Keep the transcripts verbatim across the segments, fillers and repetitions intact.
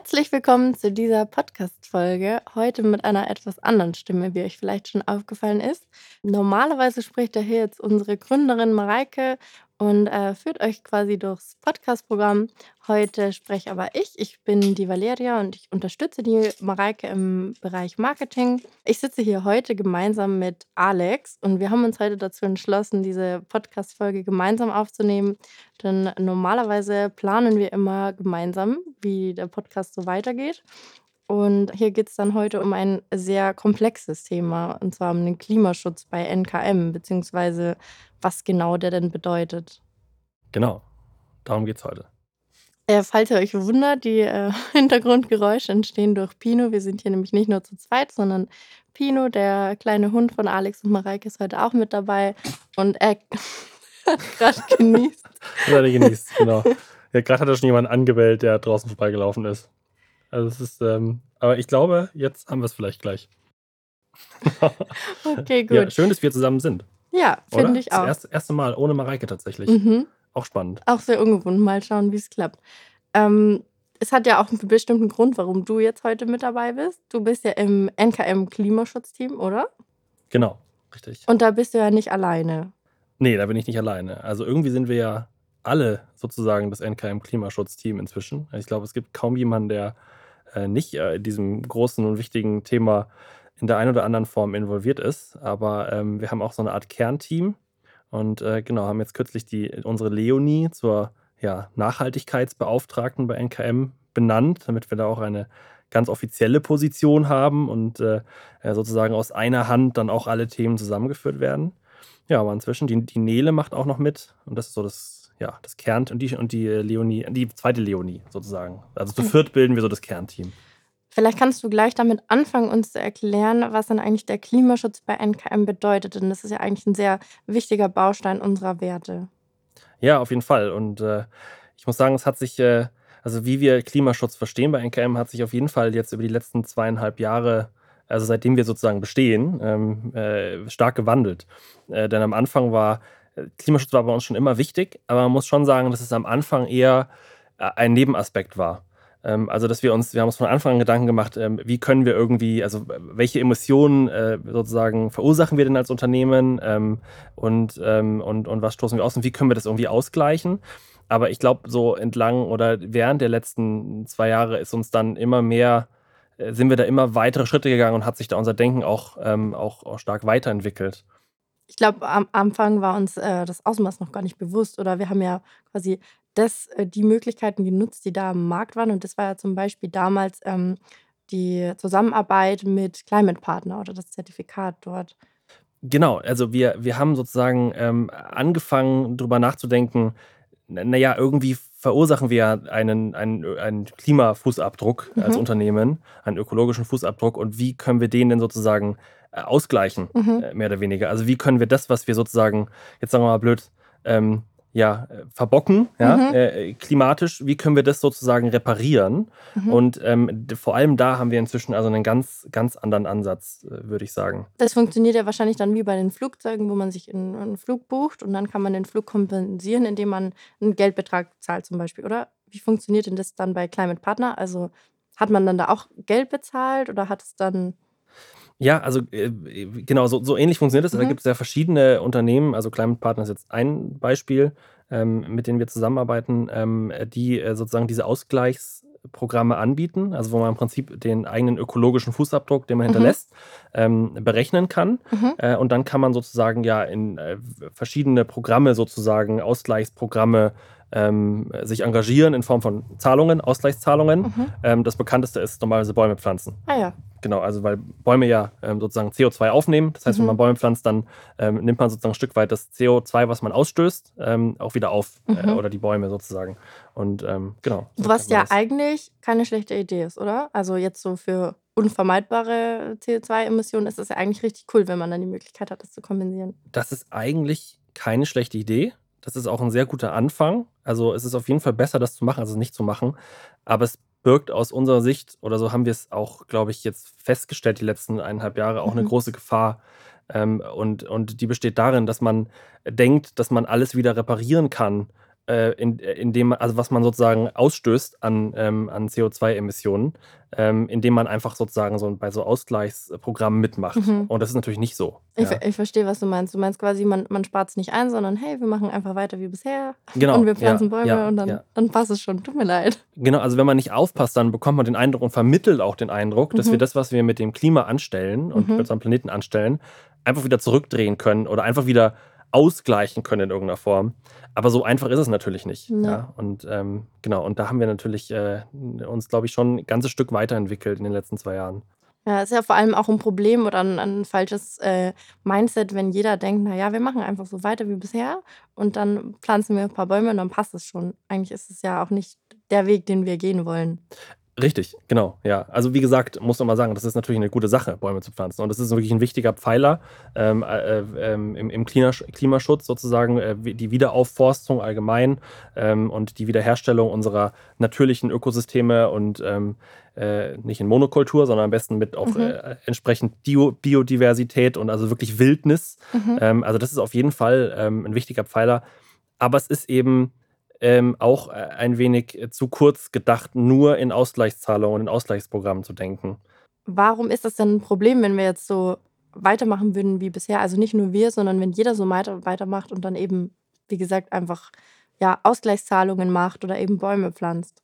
Herzlich willkommen zu dieser Podcast-Folge. Heute mit einer etwas anderen Stimme, wie euch vielleicht schon aufgefallen ist. Normalerweise spricht ja hier jetzt unsere Gründerin Mareike und äh, führt euch quasi durchs Podcast-Programm. Heute spreche aber ich. Ich bin die Valeria und ich unterstütze die Mareike im Bereich Marketing. Ich sitze hier heute gemeinsam mit Alex und wir haben uns heute dazu entschlossen, diese Podcast-Folge gemeinsam aufzunehmen. Denn normalerweise planen wir immer gemeinsam, wie der Podcast so weitergeht. Und hier geht es dann heute um ein sehr komplexes Thema, und zwar um den Klimaschutz bei N K M, beziehungsweise was genau der denn bedeutet. Genau, darum geht's heute. Äh, falls ihr euch wundert, die äh, Hintergrundgeräusche entstehen durch Pino. Wir sind hier nämlich nicht nur zu zweit, sondern Pino, der kleine Hund von Alex und Mareike, ist heute auch mit dabei. Und er hat gerade genießt. Das hat er genießt, genau. Ja, gerade hat er schon jemanden angebellt, der draußen vorbeigelaufen ist. Also es ist, ähm, aber ich glaube, jetzt haben wir es vielleicht gleich. Okay, Ja, gut. schön, dass wir zusammen sind, Ja, oder? finde ich Das auch. erste, erste Mal ohne Mareike tatsächlich. Mhm. Auch spannend. Auch sehr ungewohnt. Mal schauen, wie es klappt. Ähm, es hat ja auch einen bestimmten Grund, warum du jetzt heute mit dabei bist. Du bist ja im N K M-Klimaschutzteam, oder? Genau, richtig. Und da bist du ja nicht alleine. Nee, da bin ich nicht alleine. Also irgendwie sind wir ja alle sozusagen das N K M-Klimaschutzteam inzwischen. Ich glaube, es gibt kaum jemanden, der äh, nicht äh, in diesem großen und wichtigen Thema in der einen oder anderen Form involviert ist. Aber ähm, wir haben auch so eine Art Kernteam und äh, genau, haben jetzt kürzlich die, unsere Leonie zur ja, Nachhaltigkeitsbeauftragten bei N K M benannt, damit wir da auch eine ganz offizielle Position haben und äh, äh, sozusagen aus einer Hand dann auch alle Themen zusammengeführt werden. Ja, aber inzwischen, die, die Nele macht auch noch mit. Und das ist so das, ja, das Kern und die, und die Leonie, die zweite Leonie sozusagen. Also zu viert bilden wir so das Kernteam. Vielleicht kannst du gleich damit anfangen, uns zu erklären, was denn eigentlich der Klimaschutz bei N K M bedeutet. Denn das ist ja eigentlich ein sehr wichtiger Baustein unserer Werte. Ja, auf jeden Fall. Und äh, ich muss sagen, es hat sich, äh, also wie wir Klimaschutz verstehen bei N K M, hat sich auf jeden Fall jetzt über die letzten zweieinhalb Jahre, also seitdem wir sozusagen bestehen, ähm, äh, stark gewandelt. Äh, denn am Anfang war, äh, Klimaschutz war bei uns schon immer wichtig, aber man muss schon sagen, dass es am Anfang eher äh, ein Nebenaspekt war. Ähm, also, dass wir uns, wir haben uns von Anfang an Gedanken gemacht, ähm, wie können wir irgendwie, also äh, welche Emissionen äh, sozusagen verursachen wir denn als Unternehmen ähm, und, ähm, und, und was stoßen wir aus und wie können wir das irgendwie ausgleichen? Aber ich glaube, so entlang oder während der letzten zwei Jahre ist uns dann immer mehr, äh, sind wir da immer weitere Schritte gegangen und hat sich da unser Denken auch, ähm, auch, auch stark weiterentwickelt. Ich glaube, am Anfang war uns äh, das Ausmaß noch gar nicht bewusst. Oder wir haben ja quasi das, äh, die Möglichkeiten genutzt, die da am Markt waren. Und das war ja zum Beispiel damals ähm, die Zusammenarbeit mit Climate Partner oder das Zertifikat dort. Genau, also wir, wir haben sozusagen ähm, angefangen, drüber nachzudenken, naja, irgendwie verursachen wir einen, einen, einen Klimafußabdruck als Mhm. Unternehmen, einen ökologischen Fußabdruck und wie können wir den denn sozusagen äh, ausgleichen, Mhm. äh, mehr oder weniger? Also wie können wir das, was wir sozusagen, jetzt sagen wir mal blöd, ähm, ja, äh, verbocken, ja, Mhm. äh, klimatisch, wie können wir das sozusagen reparieren? Mhm. Und ähm, d- vor allem da haben wir inzwischen also einen ganz, ganz anderen Ansatz, äh, würde ich sagen. Das funktioniert ja wahrscheinlich dann wie bei den Flugzeugen, wo man sich in einen Flug bucht und dann kann man den Flug kompensieren, indem man einen Geldbetrag zahlt zum Beispiel, oder? Wie funktioniert denn das dann bei Climate Partner? Also, hat man dann da auch Geld bezahlt oder hat es dann Ja, also äh, genau, so, so ähnlich funktioniert es. Da mhm. gibt es ja verschiedene Unternehmen, also Climate Partner ist jetzt ein Beispiel, ähm, mit denen wir zusammenarbeiten, ähm, die äh, sozusagen diese Ausgleichsprogramme anbieten, also wo man im Prinzip den eigenen ökologischen Fußabdruck, den man Mhm. hinterlässt, ähm, berechnen kann. Mhm. Äh, und dann kann man sozusagen ja in äh, verschiedene Programme sozusagen, Ausgleichsprogramme, ähm, sich engagieren in Form von Zahlungen, Ausgleichszahlungen. Mhm. Ähm, das bekannteste ist normalerweise Bäume pflanzen. Ah ja. Genau, also weil Bäume ja ähm, sozusagen C O zwei aufnehmen. Das heißt, wenn Mhm. man Bäume pflanzt, dann ähm, nimmt man sozusagen ein Stück weit das C O zwei, was man ausstößt, ähm, auch wieder auf. Äh, Mhm. oder die Bäume sozusagen. Und ähm, genau. So Was kennt man ja das. eigentlich keine schlechte Idee ist, oder? Also, jetzt so für unvermeidbare C O zwei Emissionen ist es ja eigentlich richtig cool, wenn man dann die Möglichkeit hat, das zu kompensieren. Das ist eigentlich keine schlechte Idee. Das ist auch ein sehr guter Anfang. Also es ist auf jeden Fall besser, das zu machen, als es nicht zu machen. Aber es birgt aus unserer Sicht, oder so haben wir es auch, glaube ich, jetzt festgestellt, die letzten eineinhalb Jahre, auch eine Mhm. große Gefahr. Ähm, und, und die besteht darin, dass man denkt, dass man alles wieder reparieren kann, äh, in indem also, was man sozusagen ausstößt an ähm, an C O zwei Emissionen, ähm, indem man einfach sozusagen so bei so Ausgleichsprogrammen mitmacht. Mhm. Und das ist natürlich nicht so, Ich ver ja. ich verstehe, was du meinst. Du meinst quasi, man man spart's nicht ein, sondern: „Hey, wir machen einfach weiter wie bisher und Genau, wir ja, pflanzen Bäume ja, und dann ja. dann passt es schon. Tut mir leid.“ Genau, also wenn man nicht aufpasst, dann bekommt man den Eindruck und vermittelt auch den Eindruck, dass wir Mhm. das, was wir mit dem Klima anstellen und mit Mhm. unserem Planeten anstellen, einfach wieder zurückdrehen können oder einfach wieder ausgleichen können in irgendeiner Form. Aber so einfach ist es natürlich nicht, Ja. ja. Und, ähm, genau, und da haben wir natürlich, äh, uns, glaube ich, schon 'n ganzes Stück weiterentwickelt in den letzten zwei Jahren. Ja, ist ja vor allem auch 'n Problem oder 'n 'n falsches, äh, Mindset, wenn jeder denkt: „Na ja, wir machen einfach so weiter wie bisher und dann pflanzen wir 'n paar Bäume und dann passt es schon.“ Eigentlich ist es ja auch nicht der Weg, den wir gehen wollen. Richtig, genau, ja. Also, wie gesagt, muss man mal sagen, das ist natürlich 'ne gute Sache, Bäume zu pflanzen. Und das ist wirklich 'n wichtiger Pfeiler, ähm, äh, ähm, im im Klinasch Klimaschutz sozusagen, äh, wie die Wiederaufforstung allgemein, ähm, und die Wiederherstellung unserer natürlichen Ökosysteme und, ähm, äh, nicht in Monokultur, sondern am besten mit auch, Mhm. äh, entsprechend Dio Biodiversität und also wirklich Wildnis. Mhm. Ähm, also, das ist auf jeden Fall, ähm, 'n wichtiger Pfeiler. Aber es ist eben, ähm, auch, äh, ein wenig, äh, zu kurz gedacht, nur in Ausgleichszahlungen und in Ausgleichsprogrammen zu denken. Warum ist das denn 'n Problem, wenn wir jetzt so weitermachen würden wie bisher? Also, nicht nur wir, sondern wenn jeder so weiter weitermacht und dann eben, wie gesagt, einfach, ja, Ausgleichszahlungen macht oder eben Bäume pflanzt.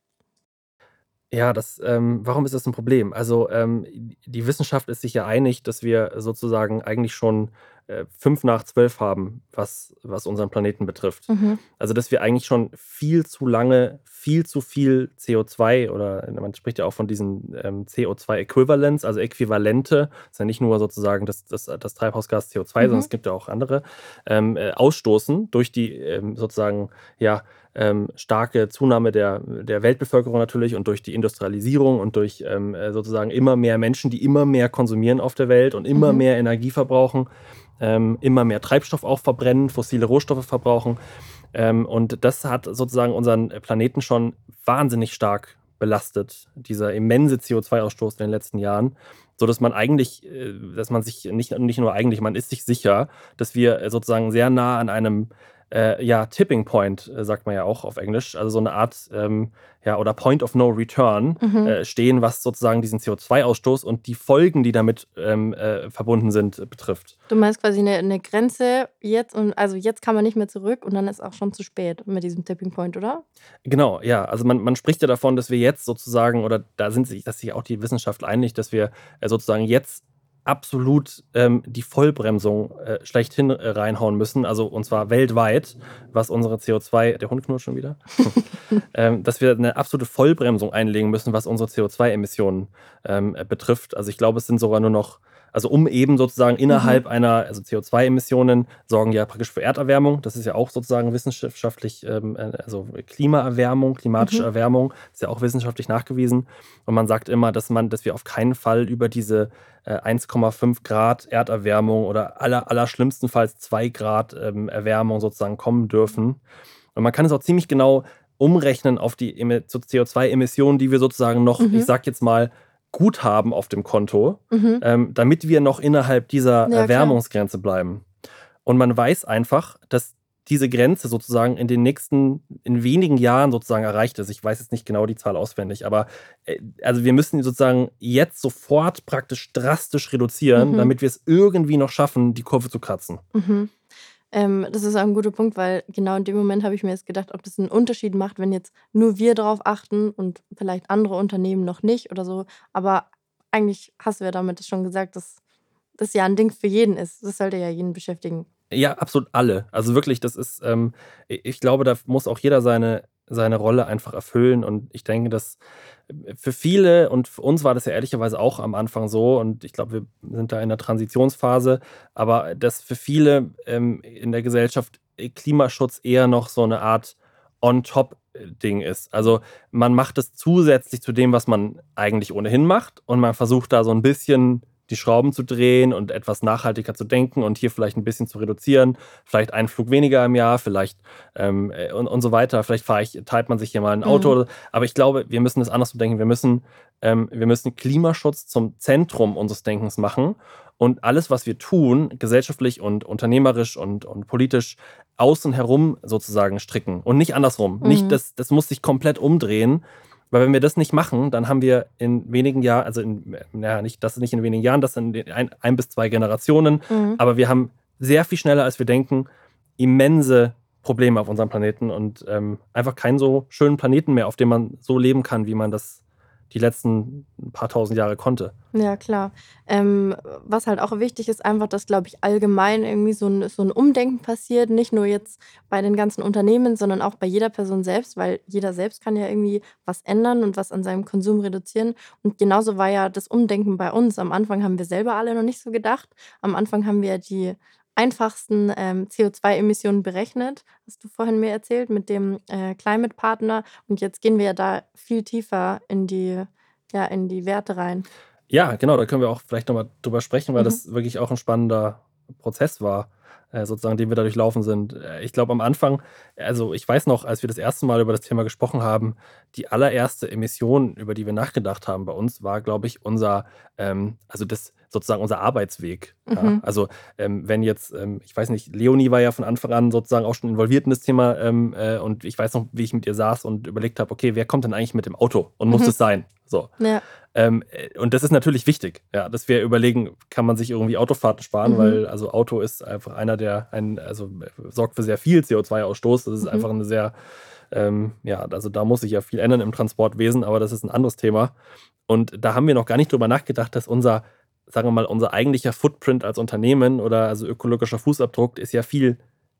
Ja, das ähm, warum ist das 'n Problem? Also, ähm, die Wissenschaft ist sich ja einig, dass wir sozusagen eigentlich schon, äh, fünf nach zwölf haben, was was unseren Planeten betrifft. Mhm. Also, dass wir eigentlich schon viel zu lange viel zu viel C O zwei oder man spricht ja auch von diesen, ähm, C O zwei Equivalents, also Äquivalente. Ist ja nicht nur sozusagen das das das Treibhausgas C O zwei, sondern Mhm. es gibt ja auch andere, ähm, äh, ausstoßen durch die, ähm, sozusagen, ja, ähm, starke Zunahme der der Weltbevölkerung natürlich und durch die Industrialisierung und durch, ähm, äh, sozusagen immer mehr Menschen, die immer mehr konsumieren auf der Welt und immer Mhm. mehr Energie verbrauchen, ähm, immer mehr Treibstoff auch verbrennen, fossile Rohstoffe verbrauchen. Ähm, und das hat sozusagen unseren Planeten schon wahnsinnig stark belastet, dieser immense C O zwei Ausstoß in den letzten Jahren, sodass man eigentlich äh, dass man sich nicht nicht nur eigentlich, man ist sich sicher, dass wir, äh, sozusagen sehr nah an einem, äh, ja, Tipping Point, äh, sagt man ja auch auf Englisch, also so 'ne Art, ähm, ja oder Point of No Return, Mhm. äh, stehen, was sozusagen diesen C O zwei Ausstoß und die Folgen, die damit, ähm, äh, verbunden sind, betrifft. Du meinst quasi 'ne 'ne Grenze jetzt und also, jetzt kann man nicht mehr zurück und dann ist auch schon zu spät mit diesem Tipping Point, oder? Genau, ja. Also, man man spricht ja davon, dass wir jetzt sozusagen oder da sind sich dass sich auch die Wissenschaft einig, dass wir, äh, sozusagen jetzt absolut, ähm, die Vollbremsung, äh, schlechthin, äh, reinhauen müssen, also, und zwar weltweit, was unsere C O zwei der Hund knurrt schon wieder. Ähm, dass wir 'ne absolute Vollbremsung einlegen müssen, was unsere C O zwei Emissionen, ähm, äh, betrifft. Also, ich glaube, es sind sogar nur noch also, um eben sozusagen Mhm. innerhalb einer also, C O zwei Emissionen sorgen ja praktisch für Erderwärmung. Das ist ja auch sozusagen wissenschaftlich, ähm, äh, also, Klimaerwärmung, klimatische Mhm. Erwärmung, ist ja auch wissenschaftlich nachgewiesen. Und man sagt immer, dass man dass wir auf keinen Fall über diese, äh, eins Komma fünf Grad Erderwärmung oder aller allerschlimmstenfalls zwei Grad, ähm, Erwärmung sozusagen kommen dürfen. Und man kann es auch ziemlich genau umrechnen auf die Emi so C O zwei Emissionen, die wir sozusagen noch, ich Mhm. sage jetzt mal, gut haben auf dem Konto, Mhm. ähm, damit wir noch innerhalb dieser Ja, klar. Erwärmungsgrenze bleiben. Und man weiß einfach, dass diese Grenze sozusagen in den nächsten in wenigen Jahren sozusagen erreicht ist. Ich weiß jetzt nicht genau die Zahl auswendig, aber, äh, also, wir müssen sozusagen jetzt sofort praktisch drastisch reduzieren, Mhm. damit wir es irgendwie noch schaffen, die Kurve zu kratzen. Mhm. Ähm, das ist ein guter Punkt, weil genau in dem Moment habe ich mir jetzt gedacht, ob das 'n Unterschied macht, wenn jetzt nur wir drauf achten und vielleicht andere Unternehmen noch nicht oder so. Aber eigentlich hast du ja damit schon gesagt, dass das ja 'n Ding für jeden ist. Das sollte ja jeden beschäftigen. Ja, absolut alle. Also, wirklich, das ist, ähm i ich glaube, da muss auch jeder seine seine Rolle einfach erfüllen. Und ich denke, dass für viele und für uns war das ja ehrlicherweise auch am Anfang so und ich glaube, wir sind da in der Transitionsphase, aber dass für viele, ähm, in der Gesellschaft, äh, Klimaschutz eher noch so 'ne Art on-top, äh, Ding ist. Also, man macht es zusätzlich zu dem, was man eigentlich ohnehin macht und man versucht da so 'n bisschen die Schrauben zu drehen und etwas nachhaltiger zu denken und hier vielleicht 'n bisschen zu reduzieren. Vielleicht einen Flug weniger im Jahr, vielleicht, ähm, äh, und und so weiter. Vielleicht fahre ich teilt man sich hier mal 'n Mhm. Auto. Aber ich glaube, wir müssen das andersrum denken. Wir müssen ähm, wir müssen Klimaschutz zum Zentrum unseres Denkens machen und alles, was wir tun, gesellschaftlich und unternehmerisch und und politisch, außen herum sozusagen stricken und nicht andersrum. Mhm. Nicht, das, das muss sich komplett umdrehen, weil wenn wir das nicht machen, dann haben wir in wenigen Jahren, also in, naja, nicht, das nicht in wenigen Jahren, das sind ein, ein bis zwei Generationen, Mhm. aber wir haben sehr viel schneller, als wir denken, immense Probleme auf unserem Planeten und ähm, einfach keinen so schönen Planeten mehr, auf dem man so leben kann, wie man das die letzten paar tausend Jahre konnte. Ja, klar. Ähm, was halt auch wichtig ist, einfach, dass, glaube ich, allgemein irgendwie so ein, so ein Umdenken passiert. Nicht nur jetzt bei den ganzen Unternehmen, sondern auch bei jeder Person selbst, weil jeder selbst kann ja irgendwie was ändern und was an seinem Konsum reduzieren. Und genauso war ja das Umdenken bei uns. Am Anfang haben wir selber alle noch nicht so gedacht. Am Anfang haben wir die einfachsten ähm, C O zwei Emissionen berechnet, hast du vorhin mir erzählt, mit dem äh, Climate Partner. Und jetzt gehen wir ja da viel tiefer in die, ja, in die Werte rein. Ja, genau, da können wir auch vielleicht nochmal drüber sprechen, weil Mhm. das wirklich auch ein spannender Prozess war, äh, sozusagen, den wir da durchlaufen sind. Äh, Ich glaube, am Anfang, also ich weiß noch, als wir das erste Mal über das Thema gesprochen haben, die allererste Emission, über die wir nachgedacht haben bei uns, war, glaube ich, unser, ähm, also das sozusagen unser Arbeitsweg. Ja? Mhm. Also ähm, wenn jetzt, ähm, ich weiß nicht, Leonie war ja von Anfang an sozusagen auch schon involviert in das Thema ähm, äh, und ich weiß noch, wie ich mit ihr saß und überlegt habe, okay, wer kommt denn eigentlich mit dem Auto und muss Mhm. es sein? So. Ja. Ähm, äh, und das ist natürlich wichtig, ja, dass wir überlegen, kann man sich irgendwie Autofahrten sparen, Mhm. weil also Auto ist einfach einer der, ein, also äh, sorgt für sehr viel C O zwei Ausstoß. Das ist Mhm. einfach eine sehr, ähm, ja, also da muss sich ja viel ändern im Transportwesen, aber das ist ein anderes Thema. Und da haben wir noch gar nicht drüber nachgedacht, dass unser, sagen wir mal, unser eigentlicher Footprint als Unternehmen oder also ökologischer Fußabdruck ist ja viel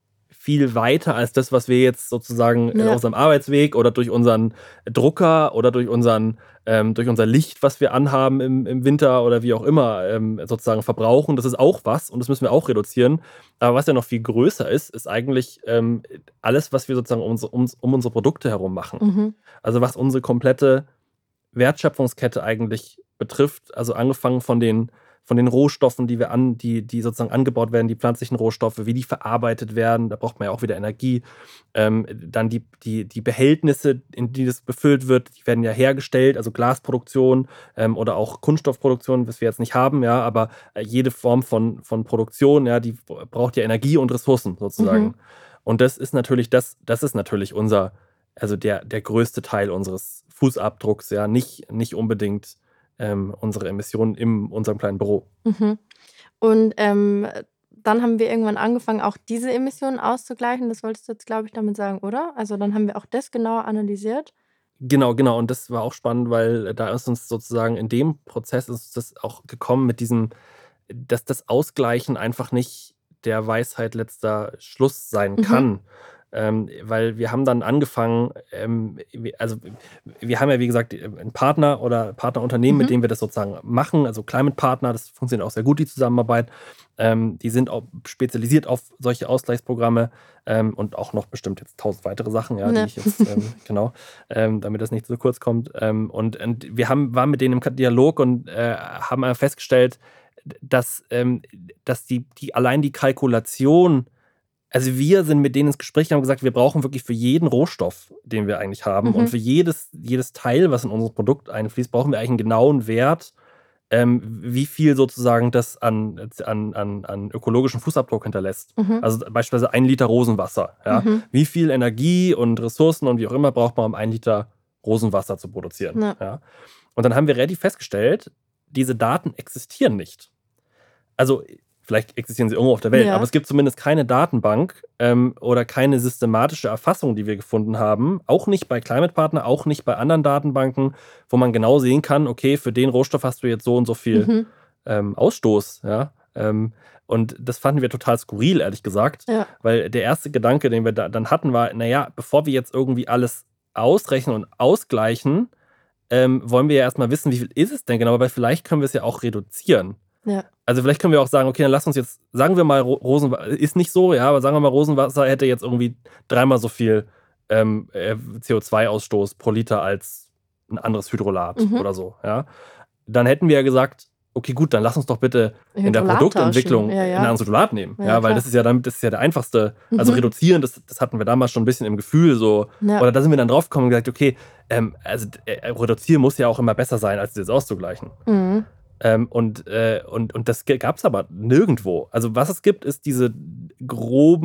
viel weiter als das, was wir jetzt sozusagen in Ja. unserem Arbeitsweg oder durch unseren Drucker oder durch unseren ähm, durch unser Licht, was wir anhaben im, im Winter oder wie auch immer, ähm, sozusagen verbrauchen. Das ist auch was und das müssen wir auch reduzieren. Aber was ja noch viel größer ist, ist eigentlich ähm, alles, was wir sozusagen um, unsere- um, um unsere Produkte herum machen. Mhm. Also was unsere komplette Wertschöpfungskette eigentlich betrifft, also angefangen von den, von den Rohstoffen, die wir an, die, die sozusagen angebaut werden, die pflanzlichen Rohstoffe, wie die verarbeitet werden, da braucht man ja auch wieder Energie. Ähm, dann die, die, die Behältnisse, in die das befüllt wird, die werden ja hergestellt, also Glasproduktion ähm, oder auch Kunststoffproduktion, was wir jetzt nicht haben, ja, aber äh, jede Form von, von Produktion, ja, die braucht ja Energie und Ressourcen sozusagen. Mhm. Und das ist natürlich das, das ist natürlich unser, also der, der größte Teil unseres Fußabdrucks, ja, nicht, nicht unbedingt ähm, unsere Emissionen in unserem kleinen Büro. Mhm. Und ähm, dann haben wir irgendwann angefangen, auch diese Emissionen auszugleichen. Das wolltest du jetzt, glaube ich, damit sagen, oder? Also dann haben wir auch das genauer analysiert. Genau, genau. Und das war auch spannend, weil da ist uns sozusagen in dem Prozess ist das auch gekommen mit diesem, dass das Ausgleichen einfach nicht der Weisheit letzter Schluss sein Mhm. kann. Ähm, weil wir haben dann angefangen, ähm, wir- also wir haben ja wie gesagt einen Partner oder Partnerunternehmen, mit Mhm. dem wir das sozusagen machen, also Climate Partner, das funktioniert auch sehr gut, die Zusammenarbeit. Ähm, die sind auch spezialisiert auf solche Ausgleichsprogramme ähm, und auch noch bestimmt jetzt tausend weitere Sachen, ja, die Ja. ich jetzt, ähm, genau, ähm, damit das nicht zu kurz kommt. Ähm, und, und wir haben, waren mit denen im Dialog und äh, haben einfach festgestellt, dass, ähm, dass die, die allein die Kalkulation, also wir sind mit denen ins Gespräch und haben gesagt, wir brauchen wirklich für jeden Rohstoff, den wir eigentlich haben Mhm. und für jedes, jedes Teil, was in unser Produkt einfließt, brauchen wir eigentlich einen genauen Wert, ähm, wie viel sozusagen das an, an, an, an ökologischen Fußabdruck hinterlässt. Mhm. Also beispielsweise ein Liter Rosenwasser. Ja? Mhm. Wie viel Energie und Ressourcen und wie auch immer braucht man, um ein Liter Rosenwasser zu produzieren. Ja. Ja? Und dann haben wir relativ festgestellt, diese Daten existieren nicht. Also vielleicht existieren sie irgendwo auf der Welt, Ja. aber es gibt zumindest keine Datenbank ähm, oder keine systematische Erfassung, die wir gefunden haben. Auch nicht bei Climate Partner, auch nicht bei anderen Datenbanken, wo man genau sehen kann, okay, für den Rohstoff hast du jetzt so und so viel Mhm. ähm, Ausstoß. Ja? Ähm, und das fanden wir total skurril, ehrlich gesagt, Ja. weil der erste Gedanke, den wir da dann hatten, war, naja, bevor wir jetzt irgendwie alles ausrechnen und ausgleichen, ähm, wollen wir ja erstmal wissen, wie viel ist es denn genau, weil vielleicht können wir es ja auch reduzieren. Ja. Also vielleicht können wir auch sagen, okay, dann lass uns jetzt, sagen wir mal, Ro- Rosenwasser, ist nicht so, ja, aber sagen wir mal, Rosenwasser hätte jetzt irgendwie dreimal so viel ähm, äh, C O zwei Ausstoß pro Liter als ein anderes Hydrolat Mhm. oder so, ja. Dann hätten wir ja gesagt, okay, gut, dann lass uns doch bitte in der Hydrolat Produktentwicklung tauschen. Ja, ja. ein anderes Hydrolat nehmen, Ja, ja, weil klar. das ist ja dann, das ist ja der einfachste, also Mhm. reduzieren, das, das hatten wir damals schon ein bisschen im Gefühl so, Ja. oder da sind wir dann drauf gekommen und gesagt, okay, ähm, also äh, reduzieren muss ja auch immer besser sein, als das auszugleichen. Mhm. Ähm, und, äh, und, und das gab es aber nirgendwo. Also was es gibt, ist diese groben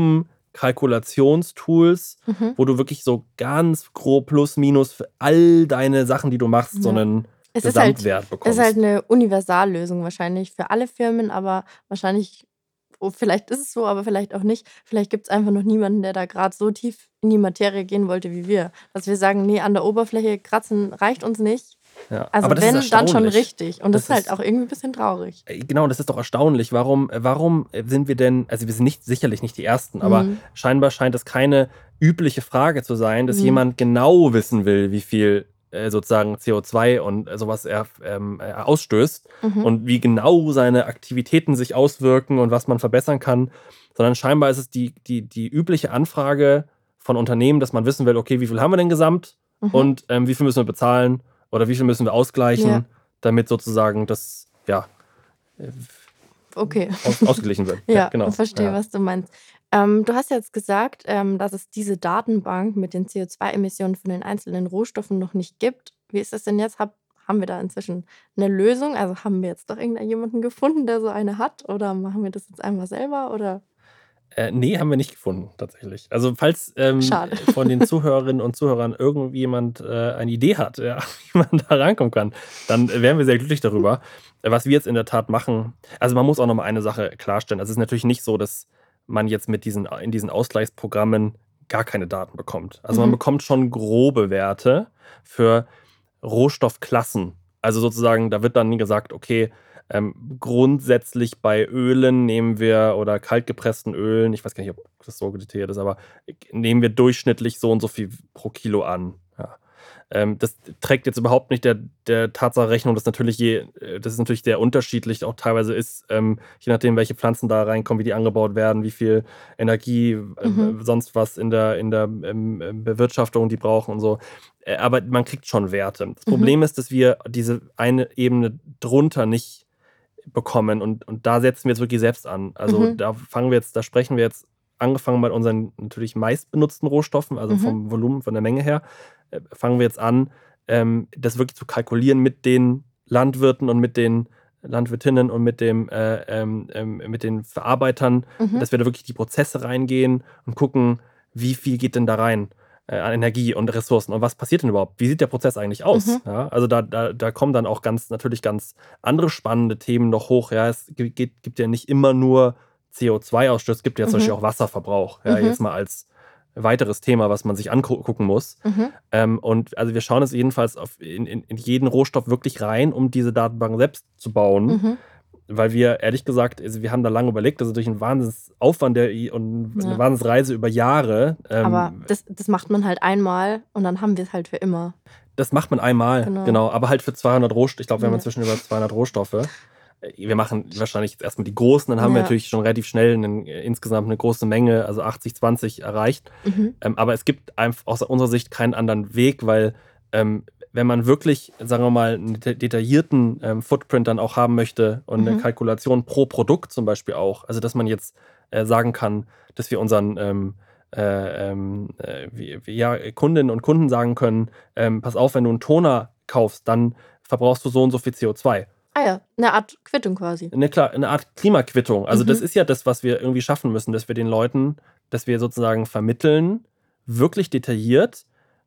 Kalkulationstools, Mhm. wo du wirklich so ganz grob plus minus für all deine Sachen, die du machst, so Ja. 'nen Es ist halt Gesamtwert es ist halt bekommst. 'ne Universallösung wahrscheinlich für alle Firmen, aber wahrscheinlich oh, vielleicht ist es so, aber vielleicht auch nicht. Vielleicht gibt's einfach noch niemanden, der da grad so tief in die Materie gehen wollte wie wir. Dass wir sagen: „Ne, an der Oberfläche kratzen reicht uns nicht.“ Ja, aber Also, das ist wenn, dann schon erstaunlich. richtig. Und das Das ist halt ist auch irgendwie 'n bisschen traurig. Äh, genau, das ist doch erstaunlich. Warum äh, warum sind wir denn also, wir sind nicht sicherlich nicht die Ersten, aber Mhm. scheinbar scheint es keine übliche Frage zu sein, dass Mhm. jemand genau wissen will, wie viel, äh, sozusagen C O zwei und so was er f ähm, äh, ausstößt Mhm. und wie genau seine Aktivitäten sich auswirken und was man verbessern kann. Sondern scheinbar ist es die die die übliche Anfrage von Unternehmen, dass man wissen will: „Okay, wie viel haben wir denn gesamt Mhm. und, ähm, wie viel müssen wir bezahlen oder wie viel müssen wir Ja. ausgleichen, damit sozusagen das, ja, äh, f Okay. aus ausgeglichen wird.“ Ja, Ja, genau, verstehe, ja. was du meinst. Ähm, du hast jetzt gesagt, ähm, dass es diese Datenbank mit den C O zwei Emissionen von den einzelnen Rohstoffen noch nicht gibt. Wie ist das denn jetzt? Hab haben wir da inzwischen 'ne Lösung? Also, haben wir jetzt doch irgendjemanden gefunden, der so eine hat oder machen wir das jetzt einfach selber, oder? Äh, ne, haben wir nicht gefunden tatsächlich. Also, falls, ähm, Schade. äh, von den Zuhörerinnen und Zuhörern irgendjemand, äh, eine Idee hat, ja, wie man da rankommen kann, dann wären wir sehr glücklich darüber. Was wir jetzt in der Tat machen also, man muss auch noch mal eine Sache klarstellen. Also, es ist natürlich nicht so, dass man jetzt mit diesen in diesen Ausgleichsprogrammen gar keine Daten bekommt. Also, man Mhm. bekommt schon grobe Werte für Rohstoffklassen. Also, sozusagen, da wird dann gesagt: „Okay, ähm, grundsätzlich bei Ölen nehmen wir oder kaltgepressten Ölen“ ich weiß gar nicht, ob das so detailliert ist, aber „nehmen wir durchschnittlich so und so viel pro Kilo an“, ja. Ähm, das trägt jetzt überhaupt nicht der der Tatsache Rechnung, dass natürlich je äh, dass es natürlich sehr unterschiedlich auch teilweise ist, ähm, je nachdem, welche Pflanzen da reinkommen, wie die angebaut werden, wie viel Energie, äh, Mhm. sonst was in der in der, ähm, ähm, Bewirtschaftung die brauchen und so. Äh, aber man kriegt schon Werte. Das Mhm. Problem ist, dass wir diese eine Ebene drunter nicht bekommen und und da setzen wir jetzt wirklich selbst an. Also, Mhm. da fangen wir jetzt da sprechen wir jetzt angefangen bei unseren natürlich meistbenutzten Rohstoffen, also, Mhm. vom Volumen, von der Menge her, äh, fangen wir jetzt an, ähm, das wirklich zu kalkulieren mit den Landwirten und mit den Landwirtinnen und mit dem, äh, ähm, ähm mit den Verarbeitern, Mhm. dass wir da wirklich die Prozesse reingehen und gucken, wie viel geht denn da rein, äh, an Energie und Ressourcen und was passiert denn überhaupt? Wie sieht der Prozess eigentlich aus, Mhm. ja? Also, da da da kommen dann auch ganz natürlich ganz andere spannende Themen noch hoch, ja. Es gi geht gibt ja nicht immer nur C O zwei Ausstoß, es gibt ja zum Beispiel Mhm. auch Wasserverbrauch, ja, Mhm. jetzt mal als weiteres Thema, was man sich anku gucken muss. Mhm. Ähm, und also, wir schauen jetzt jedenfalls auf in in in jeden Rohstoff wirklich rein, um diese Datenbank selbst zu bauen, Mhm. weil wir ehrlich gesagt also, wir haben da lange überlegt, das ist natürlich 'n Wahnsinnsaufwand, der i und 'ne Ja. Wahnsinnsreise über Jahre, Aber ähm das das macht man halt einmal und dann haben wir's halt für immer. Das macht man einmal, Genau. genau, aber halt für zweihundert Rohst ich glaube, wir haben Ja. inzwischen über zweihundert Rohstoffe. Äh, wir machen wahrscheinlich jetzt erst mal die großen, dann haben wir Ja. natürlich schon relativ schnell 'nen insgesamt 'ne große Menge, also, achtzig zwanzig erreicht. Mhm. Ähm, aber es gibt einf aus unserer Sicht keinen anderen Weg, weil, ähm, wenn man wirklich, sagen wir mal, 'n de detaillierten, ähm, Footprint dann auch haben möchte und 'ne Mhm. Kalkulation pro Produkt zum Beispiel auch, also, dass man jetzt, äh, sagen kann, dass wir unseren, ähm, äh, ähm, äh, wie wie ja, Kundinnen und Kunden sagen können: „Ähm, pass auf, wenn du 'n Toner kaufst, dann verbrauchst du so und so viel C O zwei.“ Ah ja, 'ne Art Quittung quasi. 'Ne klar 'ne Art Klimaquittung. Also, das Mhm. ist ja das, was wir irgendwie schaffen müssen, dass wir den Leuten dass wir sozusagen vermitteln, wirklich detailliert,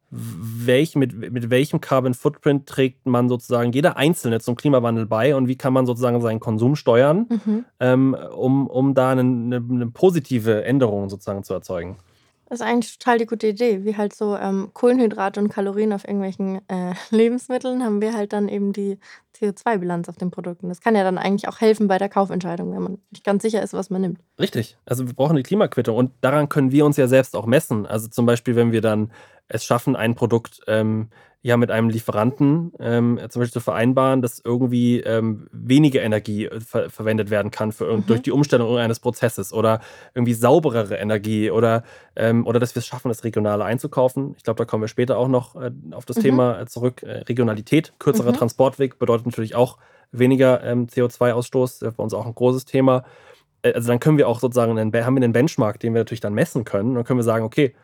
w welch mit mit welchem Carbon Footprint trägt man sozusagen jeder Einzelne zum Klimawandel bei und wie kann man sozusagen seinen Konsum steuern, Mhm. ähm, um um da 'nen 'ne 'ne positive Änderung sozusagen zu erzeugen. Das ist eigentlich total die gute Idee, wie halt so, ähm, Kohlenhydrate und Kalorien auf irgendwelchen, äh, Lebensmitteln, haben wir halt dann eben die C O zwei Bilanz auf den Produkten. Das kann ja dann eigentlich auch helfen bei der Kaufentscheidung, wenn man nicht ganz sicher ist, was man nimmt. Richtig. Also, wir brauchen die Klimaquittung und daran können wir uns ja selbst auch messen. Also, zum Beispiel, wenn wir dann es schaffen, ein Produkt, ähm, ja, mit einem Lieferanten, ähm, zum Beispiel zu vereinbaren, dass irgendwie, ähm, weniger Energie, äh, ver verwendet werden kann für irgend durch Mhm. die Umstellung irgendeines Prozesses oder irgendwie sauberere Energie oder, ähm oder dass wir's schaffen, das regionaler einzukaufen. Ich glaube, da kommen wir später auch noch, äh, auf das Mhm. Thema, äh, zurück. Äh, Regionalität, kürzerer Mhm. Transportweg bedeutet natürlich auch weniger, ähm, C O zwei Ausstoß, äh, bei uns auch 'n großes Thema. Äh, also, dann können wir auch sozusagen 'nen haben wir 'nen Benchmark, den wir natürlich dann messen können. Dann können wir sagen: „Okay,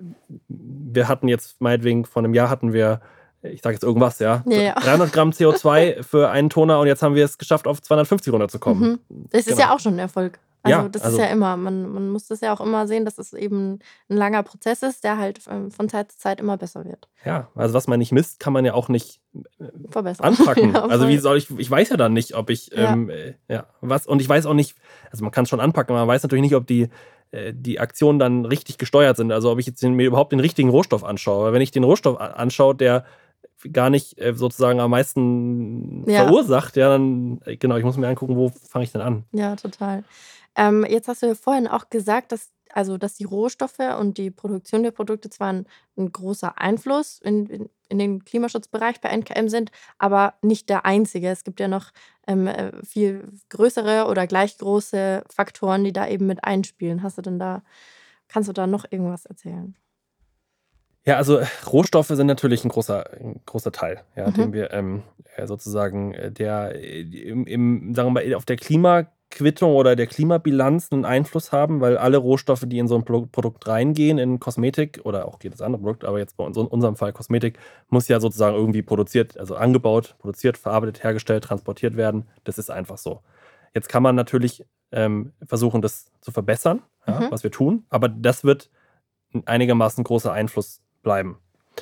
wir hatten jetzt meinetwegen vor 'nem Jahr hatten wir, ich sage jetzt irgendwas, ja, Ja, ja. dreihundert Gramm CO2 für einen Toner und jetzt haben wir es geschafft, auf zweihundertfünfzig runterzukommen.“ Mhm. Das ist Genau. ja auch schon 'n Erfolg. Also, Ja, das ist also ja immer man man muss das ja auch immer sehen, dass es eben 'n langer Prozess ist, der halt, ähm, von Zeit zu Zeit immer besser wird. ja, also was man nicht misst, kann man ja auch nicht, äh, Verbessern. anpacken. Ja, Also, wie voll. soll ich ich weiß ja dann nicht, ob ich, Ja, ähm, äh, ja, was und ich weiß auch nicht also, man kann's schon anpacken, aber man weiß natürlich nicht, ob die äh, die Aktionen dann richtig gesteuert sind. Also, ob ich jetzt den mir überhaupt den richtigen Rohstoff anschaue. Weil wenn ich den Rohstoff a anschaue, der gar nicht, äh, sozusagen am meisten ja, verursacht, ja, dann äh, genau, ich muss mir angucken, wo fange ich denn an? ja, total. Ähm, jetzt hast du ja vorhin auch gesagt, dass also, dass die Rohstoffe und die Produktion der Produkte zwar 'n 'n großer Einfluss in in in den Klimaschutzbereich bei N K M sind, aber nicht der einzige. Es gibt ja noch, ähm, äh, viel größere oder gleich große Faktoren, die da eben mit einspielen. Hast du denn da kannst du da noch irgendwas erzählen? Ja, also äh, Rohstoffe sind natürlich ein großer 'n großer Teil, ja, Mhm, den wir, ähm, äh, sozusagen, äh, der, äh, im im sagen wir mal, auf der Klimaquittung oder der Klimabilanz einen Einfluss haben, weil alle Rohstoffe, die in so ein Pro Produkt reingehen, in Kosmetik oder auch jedes andere Produkt, aber jetzt bei uns in unserem Fall Kosmetik, muss ja sozusagen irgendwie produziert also angebaut, produziert, verarbeitet, hergestellt, transportiert werden. Das ist einfach so. Jetzt kann man natürlich, ähm, versuchen, das zu verbessern, ja, mhm, was wir tun, aber das wird 'n einigermaßen großer Einfluss bleiben.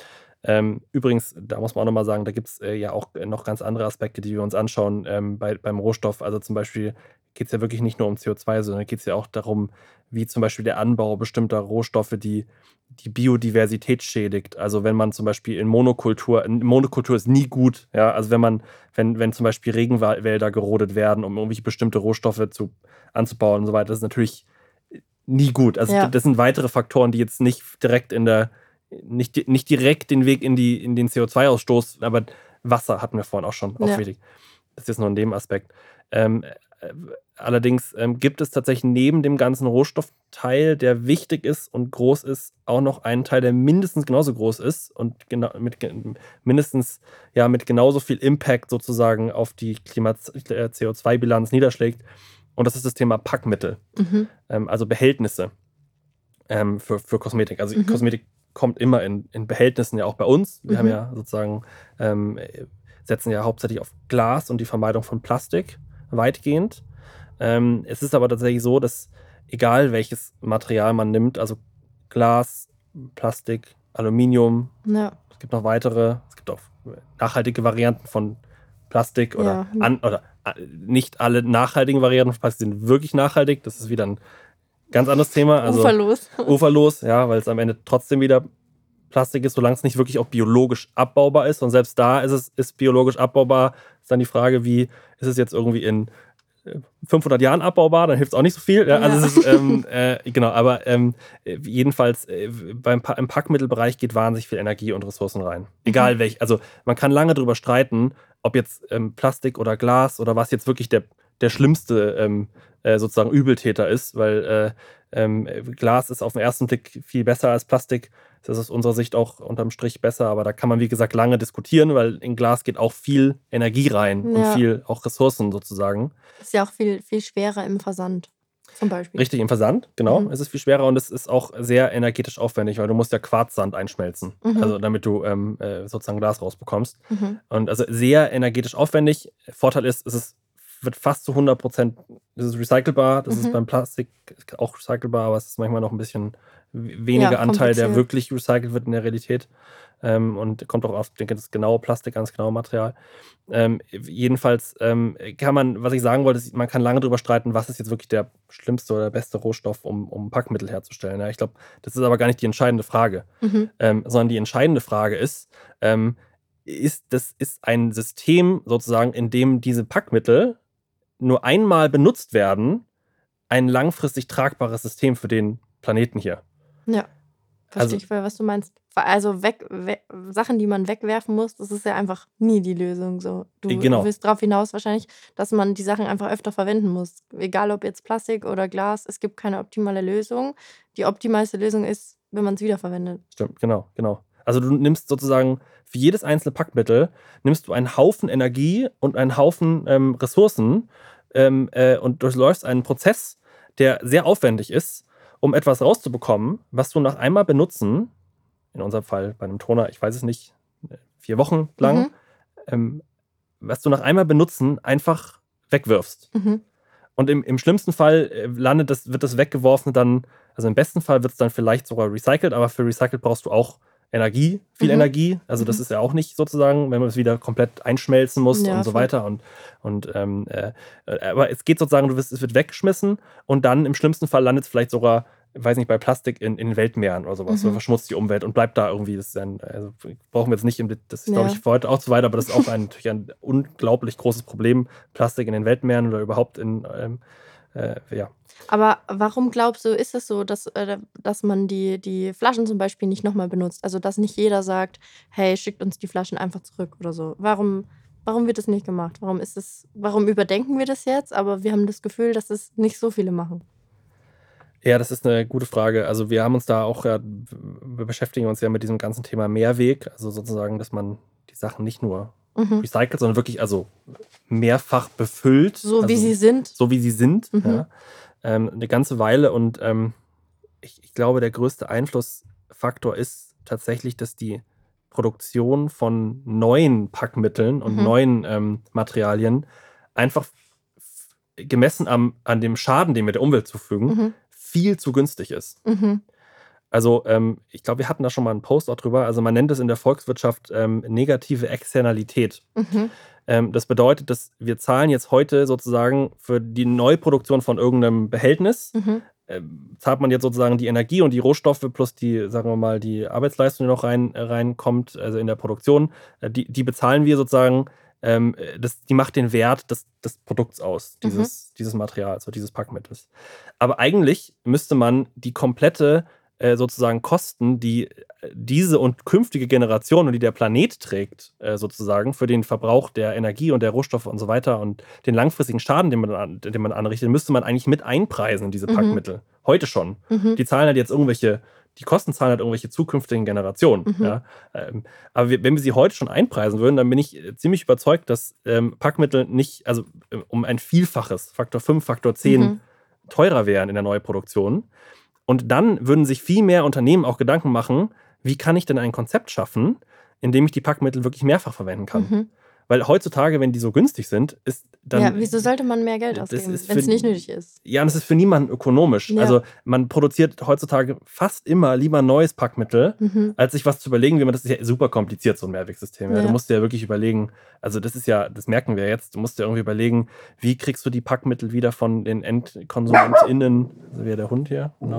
Ähm, übrigens, da muss man auch noch mal sagen, da gibt's, äh, ja auch äh, noch ganz andere Aspekte, die wir uns anschauen, ähm, bei beim Rohstoff. Also, zum Beispiel geht's ja wirklich nicht nur um C O zwei, sondern geht's ja auch darum, wie zum Beispiel der Anbau bestimmter Rohstoffe die die Biodiversität schädigt. Also, wenn man zum Beispiel in Monokultur in Monokultur ist nie gut, ja? Also, wenn man wenn wenn zum Beispiel Regenwälder gerodet werden, um irgendwelche bestimmte Rohstoffe zu anzubauen und so weiter, das ist natürlich nie gut. Also, d ja, das sind weitere Faktoren, die jetzt nicht direkt in der nicht di nicht direkt den Weg in die in den C O zwei Ausstoß, aber Wasser hatten wir vorhin auch schon, auch ja, wichtig. Das ist jetzt nur 'n Nebenaspekt. Ähm, äh, allerdings, ähm, gibt es tatsächlich neben dem ganzen Rohstoffteil, der wichtig ist und groß ist, auch noch einen Teil, der mindestens genauso groß ist und genau mit ge mindestens ja, mit genauso viel Impact sozusagen auf die Klima äh, C O zwei Bilanz niederschlägt. Und das ist das Thema Packmittel, mhm, ähm, also Behältnisse ähm, für, für Kosmetik. Also mhm, Kosmetik kommt immer in, in Behältnissen ja auch bei uns. Wir haben mhm, ja sozusagen, ähm, äh, setzen ja hauptsächlich auf Glas und die Vermeidung von Plastik weitgehend. Ähm, es ist aber tatsächlich so, dass egal welches Material man nimmt, also Glas, Plastik, Aluminium, ja, es gibt noch weitere, es gibt auch nachhaltige Varianten von Plastik oder, ja, an, oder äh, nicht alle nachhaltigen Varianten von Plastik sind wirklich nachhaltig. Das ist wieder ein ganz anderes Thema, also uferlos. uferlos, ja, weil es am Ende trotzdem wieder Plastik ist, solange es nicht wirklich auch biologisch abbaubar ist. Und selbst da ist es ist biologisch abbaubar. Ist dann die Frage, wie ist es jetzt irgendwie in äh, fünfhundert Jahren abbaubar? Dann hilft es auch nicht so viel. Ja, also Ja. es ist, ähm, äh, genau, aber ähm, äh, jedenfalls äh, beim pa im Packmittelbereich geht wahnsinnig viel Energie und Ressourcen rein. Mhm, Egal welch, also man kann lange darüber streiten, ob jetzt ähm, Plastik oder Glas oder was jetzt wirklich der, der schlimmste ähm, äh, sozusagen Übeltäter ist, weil äh, ähm, Glas ist auf den ersten Blick viel besser als Plastik. Das ist aus unserer Sicht auch unterm Strich besser, aber da kann man, wie gesagt, lange diskutieren, weil in Glas geht auch viel Energie rein und ja, viel auch Ressourcen sozusagen. ist ja auch viel viel schwerer im Versand zum Beispiel. Richtig, im Versand, genau. Mhm, Es ist viel schwerer und es ist auch sehr energetisch aufwendig, weil du musst ja Quarzsand einschmelzen, mhm, also damit du ähm, äh, sozusagen Glas rausbekommst. mhm, Und also sehr energetisch aufwendig. Vorteil ist, es ist, wird fast zu hundert Prozent es ist recycelbar. Das ist mhm. beim Plastik auch recycelbar, aber es ist manchmal noch ein bisschen w- Ja, weniger Anteil, der kompliziert. wirklich recycelt wird in der Realität. Ähm, und kommt auch auf denke, das genaue Plastik, ganz genaue Material. Ähm, jedenfalls ähm, kann man, was ich sagen wollte, ist, man kann lange darüber streiten, was ist jetzt wirklich der schlimmste oder beste Rohstoff, um, um Packmittel herzustellen. Ja, ich glaube, das ist aber gar nicht die entscheidende Frage, Mhm, ähm, sondern die entscheidende Frage ist, ähm, ist, das ist ein System sozusagen, in dem diese Packmittel nur einmal benutzt werden, ein langfristig tragbares System für den Planeten hier. ja. Verstehe Also, ich voll, was du meinst. Vor also weg we Sachen, die man wegwerfen muss, das ist ja einfach nie die Lösung so. äh, Du du genau, willst drauf hinaus wahrscheinlich, dass man die Sachen einfach öfter verwenden muss. Egal ob jetzt Plastik oder Glas, es gibt keine optimale Lösung. Die optimalste Lösung ist, wenn man's wiederverwendet. stimmt, genau, genau. Also du nimmst sozusagen für jedes einzelne Packmittel nimmst du einen Haufen Energie und einen Haufen ähm, Ressourcen ähm, äh, und durchläufst einen Prozess, der sehr aufwendig ist, um etwas rauszubekommen, was du nach einmal benutzen, in unserem Fall bei einem Toner, ich weiß es nicht, äh, vier Wochen lang, Mhm, ähm, was du nach einmal benutzen einfach wegwirfst. mhm, Und im, im schlimmsten Fall äh, landet das, wird das Weggeworfene dann, also im besten Fall wird es dann vielleicht sogar recycelt, aber für recycelt brauchst du auch Energie, viel Mhm. Energie. Also das Mhm. ist ja auch nicht sozusagen, wenn man es wieder komplett einschmelzen muss Ja, und so voll. weiter. Und, und ähm, äh, äh, aber es geht sozusagen, du wirst, es wird weggeschmissen und dann im schlimmsten Fall landet es vielleicht sogar, weiß nicht, bei Plastik in, in Weltmeeren oder sowas, oder Mhm. verschmutzt die Umwelt und bleibt da irgendwie. Das ist ein, also brauchen wir jetzt nicht, im, Det- das ist, glaube Ja. ich, für heute auch zu weit, aber das ist auch ein, natürlich ein unglaublich großes Problem, Plastik in den Weltmeeren oder überhaupt in, ähm, äh, ja. Aber warum glaubst du, ist es so, dass, äh, dass man die, die Flaschen zum Beispiel nicht nochmal benutzt? Also, dass nicht jeder sagt, hey, schickt uns die Flaschen einfach zurück oder so. Warum, warum wird das nicht gemacht? Warum ist es, warum überdenken wir das jetzt? Aber wir haben das Gefühl, dass es nicht so viele machen. Ja, das ist eine gute Frage. Also wir haben uns da auch, ja, wir beschäftigen uns ja mit diesem ganzen Thema Mehrweg, also sozusagen, dass man die Sachen nicht nur Mhm. recycelt, sondern wirklich also mehrfach befüllt, So wie also sie sind. so wie sie sind, Mhm. ja, ähm, eine ganze Weile. Und ähm, ich, ich glaube, der größte Einflussfaktor ist tatsächlich, dass die Produktion von neuen Packmitteln und Mhm. neuen ähm, Materialien einfach f- gemessen am, an dem Schaden, den wir der Umwelt zufügen, Mhm. viel zu günstig ist. Mhm. Also ähm, ich glaube, wir hatten da schon mal einen Post auch drüber. Also man nennt es in der Volkswirtschaft ähm, negative Externalität. Mhm. Ähm, das bedeutet, dass wir zahlen jetzt heute sozusagen für die Neuproduktion von irgendeinem Behältnis, Mhm. ähm, zahlt man jetzt sozusagen die Energie und die Rohstoffe plus die, sagen wir mal, die Arbeitsleistung, die noch rein, äh, reinkommt, also in der Produktion, äh, die, die bezahlen wir sozusagen, ähm, das, die macht den Wert des, des Produkts aus, Mhm. dieses, dieses Materials, also dieses Packmittels. Aber eigentlich müsste man die komplette äh, sozusagen Kosten, die äh, diese und künftige Generationen und die der Planet trägt, äh, sozusagen für den Verbrauch der Energie und der Rohstoffe und so weiter und den langfristigen Schaden, den man, an, den man anrichtet, müsste man eigentlich mit einpreisen in diese Mhm. Packmittel. Heute schon. Mhm. Die zahlen halt jetzt irgendwelche, die Kosten zahlen halt irgendwelche zukünftigen Generationen. Mhm. Ja? Ähm, aber wir, wenn wir sie heute schon einpreisen würden, dann bin ich äh, ziemlich überzeugt, dass ähm, Packmittel nicht, also äh, um ein Vielfaches, Faktor fünf, Faktor zehn Mhm. teurer wären in der Neuproduktion. Und dann würden sich viel mehr Unternehmen auch Gedanken machen, wie kann ich denn ein Konzept schaffen, in dem ich die Packmittel wirklich mehrfach verwenden kann. Mhm. Weil heutzutage, wenn die so günstig sind, ist dann. Ja, wieso sollte man mehr Geld das ausgeben, ist wenn es für, nicht nötig ist? ja, und das ist für niemanden ökonomisch. Ja. Also man produziert heutzutage fast immer lieber neues Packmittel, Mhm. als sich was zu überlegen, wie man das ist ja super kompliziert, so ein Mehrwegsystem. Ja. Ja. Du musst dir ja wirklich überlegen, also das ist ja, das merken wir jetzt, du musst dir irgendwie überlegen, wie kriegst du die Packmittel wieder von den EndkonsumentInnen, also wie der Hund hier, genau.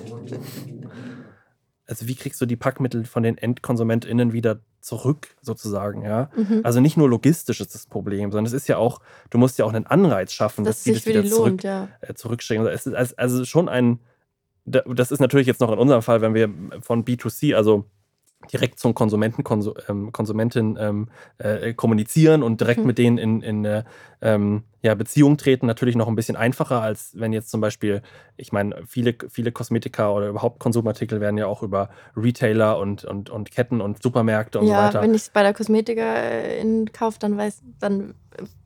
Also wie kriegst du die Packmittel von den EndkonsumentInnen wieder zurück, sozusagen, ja? Mhm. Also nicht nur logistisch ist das Problem, sondern es ist ja auch, du musst ja auch einen Anreiz schaffen, Dass dass es die sich das für wieder die zurück, lohnt, ja. äh, zurückschicken. Es ist also, also schon ein, da- das ist natürlich jetzt noch in unserem Fall, wenn wir von B zwei C, also direkt zum Konsumenten, Konsu, ähm, Konsumentin ähm, äh, kommunizieren und direkt Mhm. mit denen in, in äh, ähm, ja, Beziehung treten, natürlich noch ein bisschen einfacher, als wenn jetzt zum Beispiel, ich meine, viele, viele Kosmetika oder überhaupt Konsumartikel werden ja auch über Retailer und, und, und Ketten und Supermärkte und so Ja, weiter. wenn ich es bei der Kosmetikerin kaufe, dann weiß, dann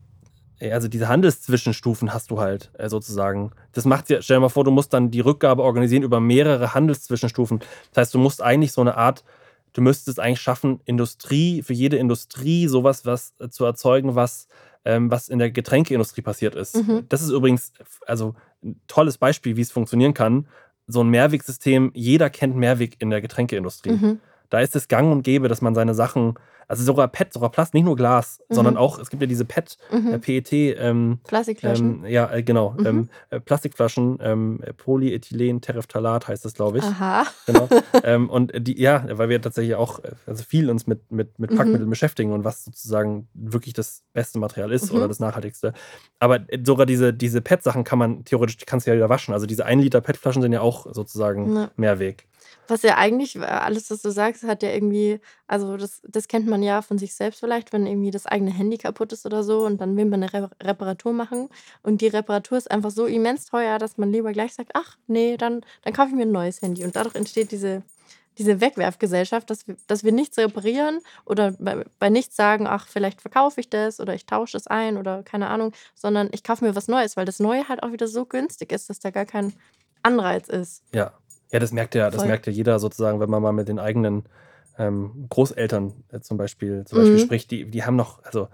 Ja, also diese Handelszwischenstufen hast du halt äh, sozusagen. Das macht ja, stell dir mal vor, du musst dann die Rückgabe organisieren über mehrere Handelszwischenstufen. Das heißt, du musst eigentlich so eine Art, du müsstest eigentlich schaffen, Industrie, für jede Industrie sowas was äh, zu erzeugen, was, ähm, was in der Getränkeindustrie passiert ist. Mhm. Das ist übrigens also ein tolles Beispiel, wie es funktionieren kann. So ein Mehrwegsystem, jeder kennt Mehrweg in der Getränkeindustrie. Mhm. Da ist es gang und gäbe, dass man seine Sachen, also sogar P E T, sogar Plast, nicht nur Glas, Mhm. sondern auch, es gibt ja diese P E T, äh, Mhm. P E T, ähm, Plastikflaschen. ähm, ja, äh, genau, Mhm. ähm, äh, Plastikflaschen, ähm, äh, Polyethylen, Terephthalat heißt das, glaube ich. Aha. Genau. ähm, und die, ja, weil wir tatsächlich auch äh, also viel uns mit, mit, mit Mhm. Packmitteln beschäftigen und was sozusagen wirklich das beste Material ist Mhm. oder das nachhaltigste. Aber äh, sogar diese, diese P E T-Sachen kann man theoretisch, die kannst du ja wieder waschen. Also diese ein Liter P E T-Flaschen sind ja auch sozusagen Ja. Mehrweg. Was ja eigentlich, äh, alles, was du sagst, hat ja irgendwie, also das, das kennt man ja von sich selbst vielleicht, wenn irgendwie das eigene Handy kaputt ist oder so und dann will man eine Re Reparatur machen und die Reparatur ist einfach so immens teuer, dass man lieber gleich sagt, ach nee, dann, dann kaufe ich mir ein neues Handy. Und dadurch entsteht diese, diese Wegwerfgesellschaft, dass wir, dass wir nichts reparieren oder bei, bei nichts sagen, ach, vielleicht verkaufe ich das oder ich tausche es ein oder keine Ahnung, sondern ich kaufe mir was Neues, weil das Neue halt auch wieder so günstig ist, dass da gar kein Anreiz ist. Ja. Ja, das merkt ja, das Voll. merkt ja jeder sozusagen, wenn man mal mit den eigenen ähm, Großeltern äh, zum Beispiel, zum Beispiel Mhm. spricht, die, die haben noch, also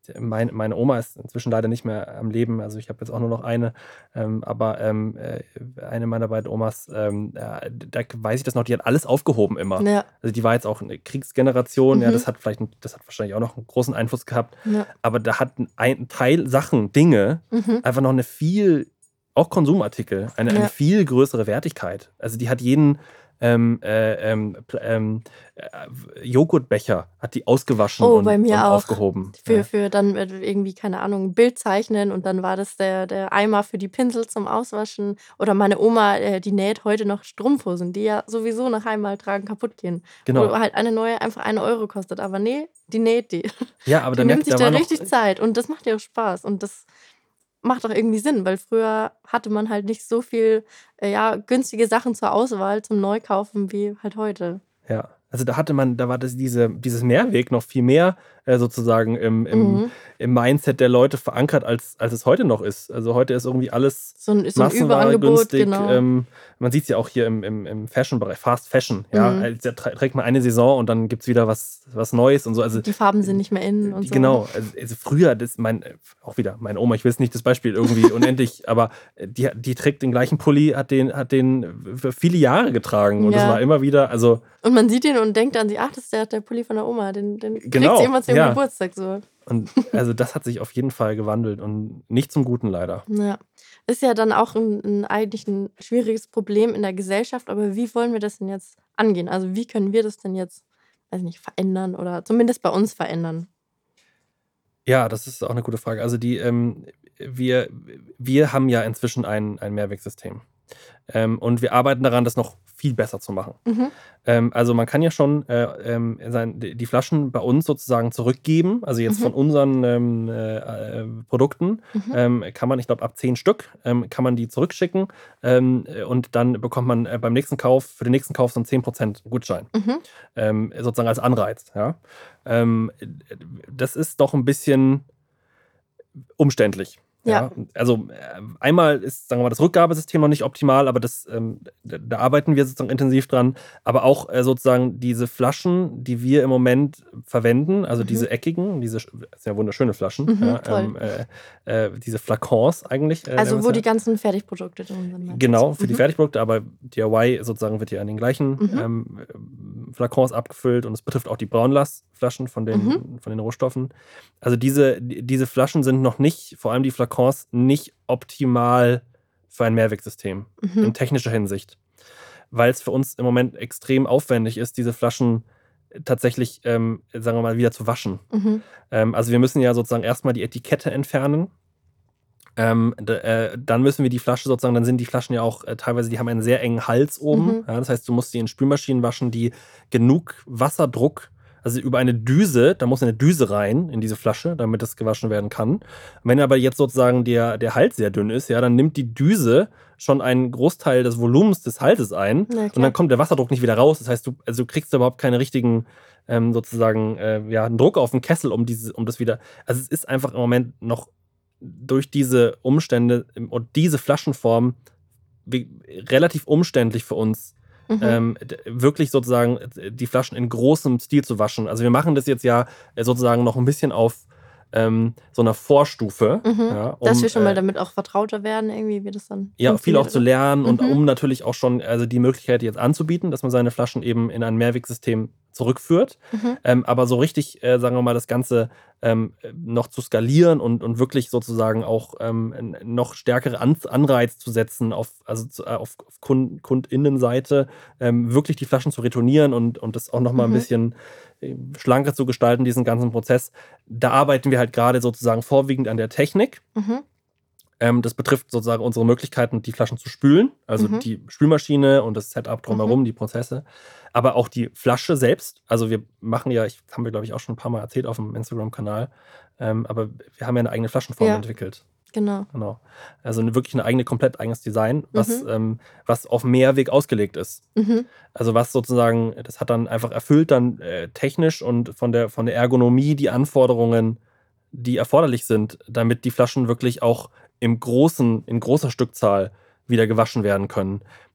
mein, meine Oma ist inzwischen leider nicht mehr am Leben, also ich habe jetzt auch nur noch eine, ähm, aber ähm, äh, eine meiner beiden Omas, ähm, äh, da weiß ich das noch, die hat alles aufgehoben immer. Ja. Also die war jetzt auch eine Kriegsgeneration, ja, Mhm. das hat vielleicht, das hat wahrscheinlich auch noch einen großen Einfluss gehabt, Ja. aber da hat ein, ein Teil Sachen, Dinge, Mhm. einfach noch eine viel, auch Konsumartikel, eine, eine Ja. viel größere Wertigkeit. Also die hat jeden ähm, äh, ähm, pl- ähm, äh, Joghurtbecher hat die ausgewaschen Oh, und, bei mir und auch. aufgehoben. Für, Ja. für dann äh, irgendwie, keine Ahnung, ein Bild zeichnen und dann war das der, der Eimer für die Pinsel zum Auswaschen. Oder meine Oma, äh, die näht heute noch Strumpfhosen, die ja sowieso nach einmal tragen kaputt gehen. Genau. Wo halt eine neue einfach eine Euro kostet. Aber nee, die näht die. Ja, aber Die da nimmt merkt sich da da war noch, richtig Zeit und das macht ja auch Spaß. Und das macht auch irgendwie Sinn, weil früher hatte man halt nicht so viel äh, ja, günstige Sachen zur Auswahl zum Neukaufen wie halt heute. ja, also da hatte man, da war das diese, dieses Mehrweg noch viel mehr äh, sozusagen im, im, Mhm. im Mindset der Leute verankert, als, als es heute noch ist. Also heute ist irgendwie alles So ein, so ein Massenware, Überangebot, günstig. genau. Ähm, man sieht es ja auch hier im, im, im Fashion-Bereich, Fast Fashion. Ja, Mhm. also, da trä- trägt man eine Saison und dann gibt es wieder was, was Neues und so. Also Die Farben sind nicht mehr in und die, so. genau, also, also früher, das mein, auch wieder, meine Oma, ich will es nicht das Beispiel irgendwie unendlich, aber die, die trägt den gleichen Pulli, hat den, hat den für viele Jahre getragen und das Ja. war immer wieder, also Und man sieht ihn und denkt an sie, ach, das ist der, der Pulli von der Oma, den, den kriegt Genau, sie immer zu ihrem ja. Geburtstag so. Und also das hat sich auf jeden Fall gewandelt und nicht zum Guten leider. Ja. Ist ja dann auch ein, ein, eigentlich ein schwieriges Problem in der Gesellschaft, aber wie wollen wir das denn jetzt angehen? Also wie können wir das denn jetzt, weiß nicht, verändern oder zumindest bei uns verändern? Ja, das ist auch eine gute Frage. Also die, ähm, wir, wir haben ja inzwischen ein, ein Mehrwegsystem. Ähm, und wir arbeiten daran, das noch viel besser zu machen. Mhm. Ähm, also man kann ja schon äh, ähm, sein, die die Flaschen bei uns sozusagen zurückgeben. Also jetzt Mhm. von unseren ähm, äh, äh, Produkten Mhm. ähm, kann man, ich glaube ab zehn Stück, ähm, kann man die zurückschicken. Ähm, äh, und dann bekommt man äh, beim nächsten Kauf, für den nächsten Kauf so einen zehn Prozent Gutschein. Mhm. Ähm, sozusagen als Anreiz. Ja? Ähm, das ist doch ein bisschen umständlich. Ja. Ja, also äh, einmal ist, sagen wir mal, das Rückgabesystem noch nicht optimal, aber das, ähm, da, da arbeiten wir sozusagen intensiv dran. Aber auch äh, sozusagen diese Flaschen, die wir im Moment verwenden, also Mhm. diese eckigen, diese sch- das sind ja wunderschöne Flaschen, Mhm, ja, toll. ähm, äh, äh, diese Flakons eigentlich. Äh, nennen Also wir wo es die ja. ganzen Fertigprodukte drin sind. meinst du? Genau, für die Mhm. Fertigprodukte, aber D I Y sozusagen wird ja an den gleichen Mhm. ähm, Flakons abgefüllt und es betrifft auch die Braunlastflaschen von den, Mhm. von den Rohstoffen. Also diese, die- diese Flaschen sind noch nicht, vor allem die Flakons, nicht optimal für ein Mehrwegsystem in Mhm. technischer Hinsicht, weil es für uns im Moment extrem aufwendig ist, diese Flaschen tatsächlich, ähm, sagen wir mal, wieder zu waschen. Mhm. Ähm, also wir müssen ja sozusagen erstmal die Etikette entfernen. Ähm, d- äh, dann müssen wir die Flasche sozusagen, dann sind die Flaschen ja auch äh, teilweise, die haben einen sehr engen Hals oben. Mhm. Ja, das heißt, du musst die in Spülmaschinen waschen, die genug Wasserdruck, also über eine Düse, da muss eine Düse rein in diese Flasche, damit das gewaschen werden kann. Und wenn aber jetzt sozusagen der, der Hals sehr dünn ist, ja, dann nimmt die Düse schon einen Großteil des Volumens des Halses ein Ja, und klar. dann kommt der Wasserdruck nicht wieder raus. Das heißt, du, also du kriegst überhaupt keine richtigen ähm, sozusagen äh, ja, einen Druck auf den Kessel, um, diese, um das wieder. Also es ist einfach im Moment noch durch diese Umstände und diese Flaschenform wie, relativ umständlich für uns, Mhm. ähm, d- wirklich sozusagen äh, die Flaschen in großem Stil zu waschen. Also wir machen das jetzt ja äh, sozusagen noch ein bisschen auf ähm, so einer Vorstufe, Mhm. ja, Dass um wir schon mal äh, damit auch vertrauter werden, irgendwie, wie das dann ja, viel auch funktioniert, zu oder? lernen und Mhm. um natürlich auch schon also die Möglichkeit jetzt anzubieten, dass man seine Flaschen eben in ein Mehrwegsystem zurückführt. Mhm. Ähm, aber so richtig, äh, sagen wir mal, das Ganze ähm, noch zu skalieren und, und wirklich sozusagen auch ähm, n- noch stärkere An Anreiz zu setzen auf, also zu, äh, auf, auf Kund KundInnenseite, ähm, wirklich die Flaschen zu retournieren und, und das auch nochmal ein Mhm. bisschen äh, schlanker zu gestalten, diesen ganzen Prozess. Da arbeiten wir halt gerade sozusagen vorwiegend an der Technik. Mhm. Ähm, das betrifft sozusagen unsere Möglichkeiten, die Flaschen zu spülen, also Mhm. die Spülmaschine und das Setup Mhm. drumherum, die Prozesse, aber auch die Flasche selbst. Also wir machen ja, ich haben wir glaube ich auch schon ein paar Mal erzählt auf dem Instagram-Kanal, ähm, aber wir haben ja eine eigene Flaschenform Ja, entwickelt. genau. Genau. Also eine, wirklich ein eigene, komplett eigenes Design, was, Mhm. ähm, was auf Mehrweg ausgelegt ist. Mhm. Also was sozusagen, das hat dann einfach erfüllt dann äh, technisch und von der, von der Ergonomie die Anforderungen, die erforderlich sind, damit die Flaschen wirklich auch im großen, in großer Stückzahl wieder gewaschen werden können.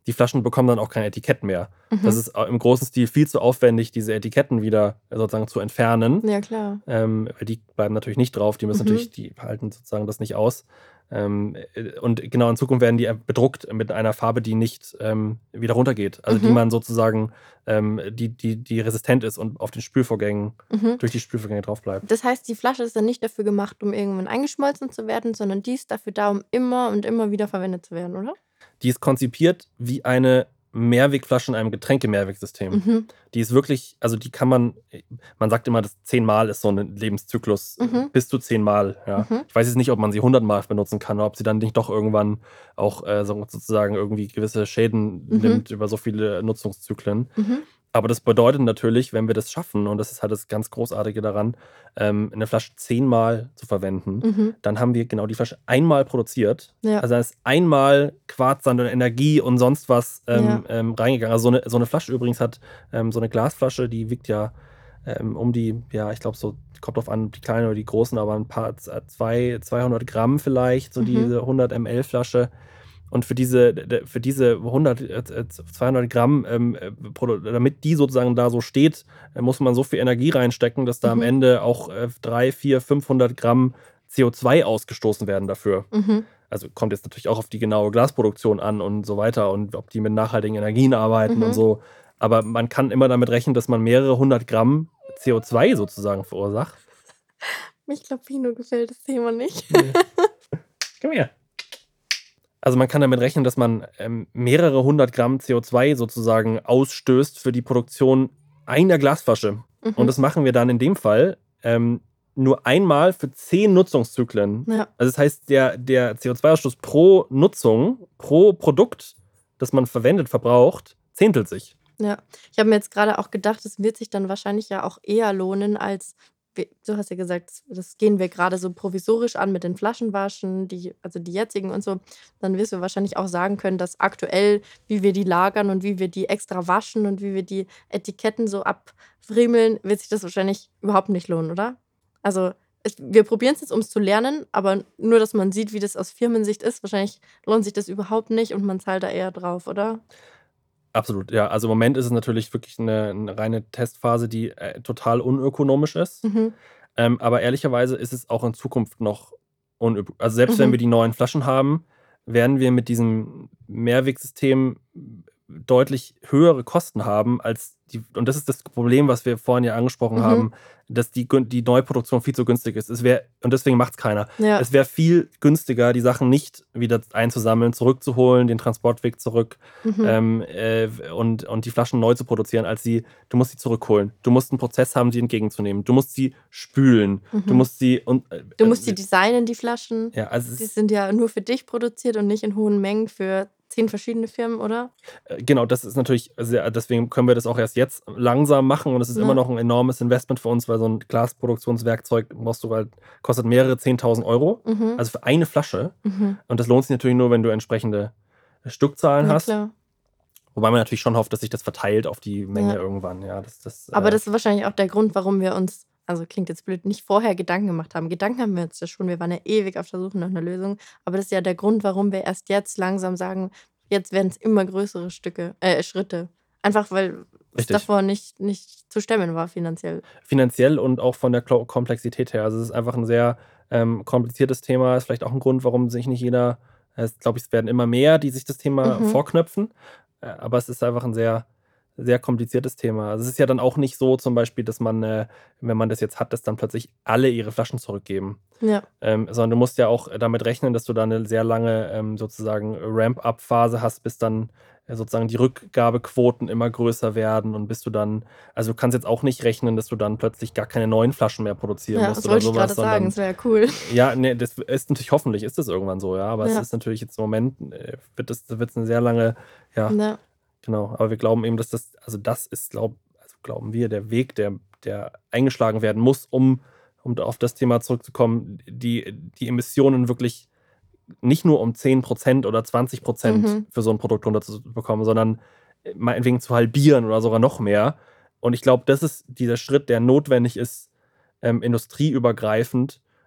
die Flaschen bekommen dann auch kein Etikett mehr. Mhm. Das ist im großen Stil viel zu aufwendig, diese Etiketten wieder sozusagen zu entfernen. Ja, klar. Ähm, die bleiben natürlich nicht drauf, die müssen Mhm. natürlich, die halten sozusagen das nicht aus. Ähm, und genau, in Zukunft werden die bedruckt mit einer Farbe, die nicht ähm, wieder runtergeht. Also Mhm. die man sozusagen, ähm, die, die, die resistent ist und auf den Spülvorgängen, Mhm. durch die Spülvorgänge drauf bleibt. Das heißt, die Flasche ist dann nicht dafür gemacht, um irgendwann eingeschmolzen zu werden, sondern die ist dafür da, um immer und immer wieder verwendet zu werden, oder? Die ist konzipiert wie eine Mehrwegflasche in einem Getränke-Mehrwegsystem. Mhm. Die ist wirklich, also die kann man, man sagt immer, dass zehnmal ist so ein Lebenszyklus, Mhm. bis zu zehnmal. Ja. Mhm. Ich weiß jetzt nicht, ob man sie hundertmal benutzen kann oder ob sie dann nicht doch irgendwann auch äh, so, sozusagen irgendwie gewisse Schäden Mhm. nimmt über so viele Nutzungszyklen. Mhm. Aber das bedeutet natürlich, wenn wir das schaffen, und das ist halt das ganz Großartige daran, ähm, eine Flasche zehnmal zu verwenden, Mhm. dann haben wir genau die Flasche einmal produziert. Ja. Also da ist einmal Quarz, Sand und Energie und sonst was ähm, Ja. ähm, reingegangen. Also so eine, so eine Flasche übrigens hat, ähm, so eine Glasflasche, die wiegt ja ähm, um die, ja, ich glaube so, kommt drauf an, die kleinen oder die großen, aber ein paar, zwei, zweihundert Gramm vielleicht, so Mhm. diese hundert Milliliter Flasche. Und für diese, für diese hundert, zweihundert Gramm, ähm, damit die sozusagen da so steht, muss man so viel Energie reinstecken, dass da am Mhm. Ende auch äh, dreihundert, vierhundert, fünfhundert Gramm C O zwei ausgestoßen werden dafür. Mhm. Also kommt jetzt natürlich auch auf die genaue Glasproduktion an und so weiter und ob die mit nachhaltigen Energien arbeiten Mhm. und so. Aber man kann immer damit rechnen, dass man mehrere hundert Gramm C O zwei sozusagen verursacht. Ich glaube, Pino gefällt das Thema nicht. Nee. Komm her. Also man kann damit rechnen, dass man ähm, mehrere hundert Gramm C O zwei sozusagen ausstößt für die Produktion einer Glasflasche. Mhm. Und das machen wir dann in dem Fall ähm, nur einmal für zehn Nutzungszyklen. Ja. Also das heißt, der, der C O zwei Ausstoß pro Nutzung, pro Produkt, das man verwendet, verbraucht, zehntelt sich. Ja, ich habe mir jetzt gerade auch gedacht, es wird sich dann wahrscheinlich ja auch eher lohnen als, wie- du hast ja gesagt, das, das gehen wir gerade so provisorisch an mit den Flaschenwaschen, die, also die jetzigen und so. Dann wirst du wahrscheinlich auch sagen können, dass aktuell, wie wir die lagern und wie wir die extra waschen und wie wir die Etiketten so abfriemeln, wird sich das wahrscheinlich überhaupt nicht lohnen, oder? Also es, wir probieren es jetzt, um es zu lernen, aber nur, dass man sieht, wie das aus Firmensicht ist, wahrscheinlich lohnt sich das überhaupt nicht und man zahlt da eher drauf, oder? Absolut, ja. Also im Moment ist es natürlich wirklich eine, eine reine Testphase, die äh, total unökonomisch ist. Mhm. Ähm, aber ehrlicherweise ist es auch in Zukunft noch unüblich. Also selbst wenn Mhm. wir die neuen Flaschen haben, werden wir mit diesem Mehrwegsystem deutlich höhere Kosten haben als die. Und das ist das Problem, was wir vorhin ja angesprochen Mhm. haben, dass die, gün- die Neuproduktion viel zu günstig ist. Es wär, und deswegen macht es keiner. Ja. Es wäre viel günstiger, die Sachen nicht wieder einzusammeln, zurückzuholen, den Transportweg zurück Mhm. ähm, äh, und, und die Flaschen neu zu produzieren, als sie, du musst sie zurückholen. Du musst einen Prozess haben, sie entgegenzunehmen. Du musst sie spülen. Du Mhm. musst sie und äh, Du musst die äh, designen, die Flaschen. ja, also es Die ist, sind ja nur für dich produziert und nicht in hohen Mengen für zehn verschiedene Firmen, oder? äh, genau, das ist natürlich sehr, deswegen können wir das auch erst jetzt langsam machen und es ist Ja. immer noch ein enormes Investment für uns, weil so ein Glasproduktionswerkzeug brauchst du halt, kostet mehrere zehntausend Euro, Mhm. also für eine Flasche. Mhm. Und das lohnt sich natürlich nur, wenn du entsprechende Stückzahlen Ja, hast. klar. Wobei man natürlich schon hofft, dass sich das verteilt auf die Menge Ja. irgendwann. Ja, das, das, Aber äh, das ist wahrscheinlich auch der Grund, warum wir uns, also klingt jetzt blöd, nicht vorher Gedanken gemacht haben. Gedanken haben wir uns ja schon, wir waren ja ewig auf der Suche nach einer Lösung. Aber das ist ja der Grund, warum wir erst jetzt langsam sagen, jetzt werden es immer größere Stücke, äh, Schritte. Einfach weil es richtig. davor nicht, nicht zu stemmen war finanziell. Finanziell und auch von der Klo- Komplexität her. Also es ist einfach ein sehr ähm, kompliziertes Thema. Ist vielleicht auch ein Grund, warum sich nicht jeder, ich glaube, es werden immer mehr, die sich das Thema Mhm. vorknöpfen. Äh, aber es ist einfach ein sehr, sehr kompliziertes Thema. Also es ist ja dann auch nicht so zum Beispiel, dass man, äh, wenn man das jetzt hat, dass dann plötzlich alle ihre Flaschen zurückgeben. Ja. Ähm, sondern du musst ja auch damit rechnen, dass du da eine sehr lange ähm, sozusagen Ramp-up-Phase hast, bis dann äh, sozusagen die Rückgabequoten immer größer werden und bis du dann, also du kannst jetzt auch nicht rechnen, dass du dann plötzlich gar keine neuen Flaschen mehr produzieren Ja, musst das oder wollte ich gerade sowas, sagen, sondern das wäre ja cool. ja, nee, das ist natürlich, hoffentlich ist das irgendwann so, ja, aber es Ja. ist natürlich jetzt im Moment, äh, wird es wird's eine sehr lange, ja, Ja. genau, aber wir glauben eben, dass das, also das ist, glaub, also glauben wir, der Weg, der, der eingeschlagen werden muss, um, um auf das Thema zurückzukommen, die, die Emissionen wirklich nicht nur um zehn Prozent oder zwanzig Prozent Mhm. für so ein Produkt runterzubekommen, sondern äh, meinetwegen zu halbieren oder sogar noch mehr. Und ich glaube, das ist dieser Schritt, der notwendig ist, ähm, industrieübergreifend,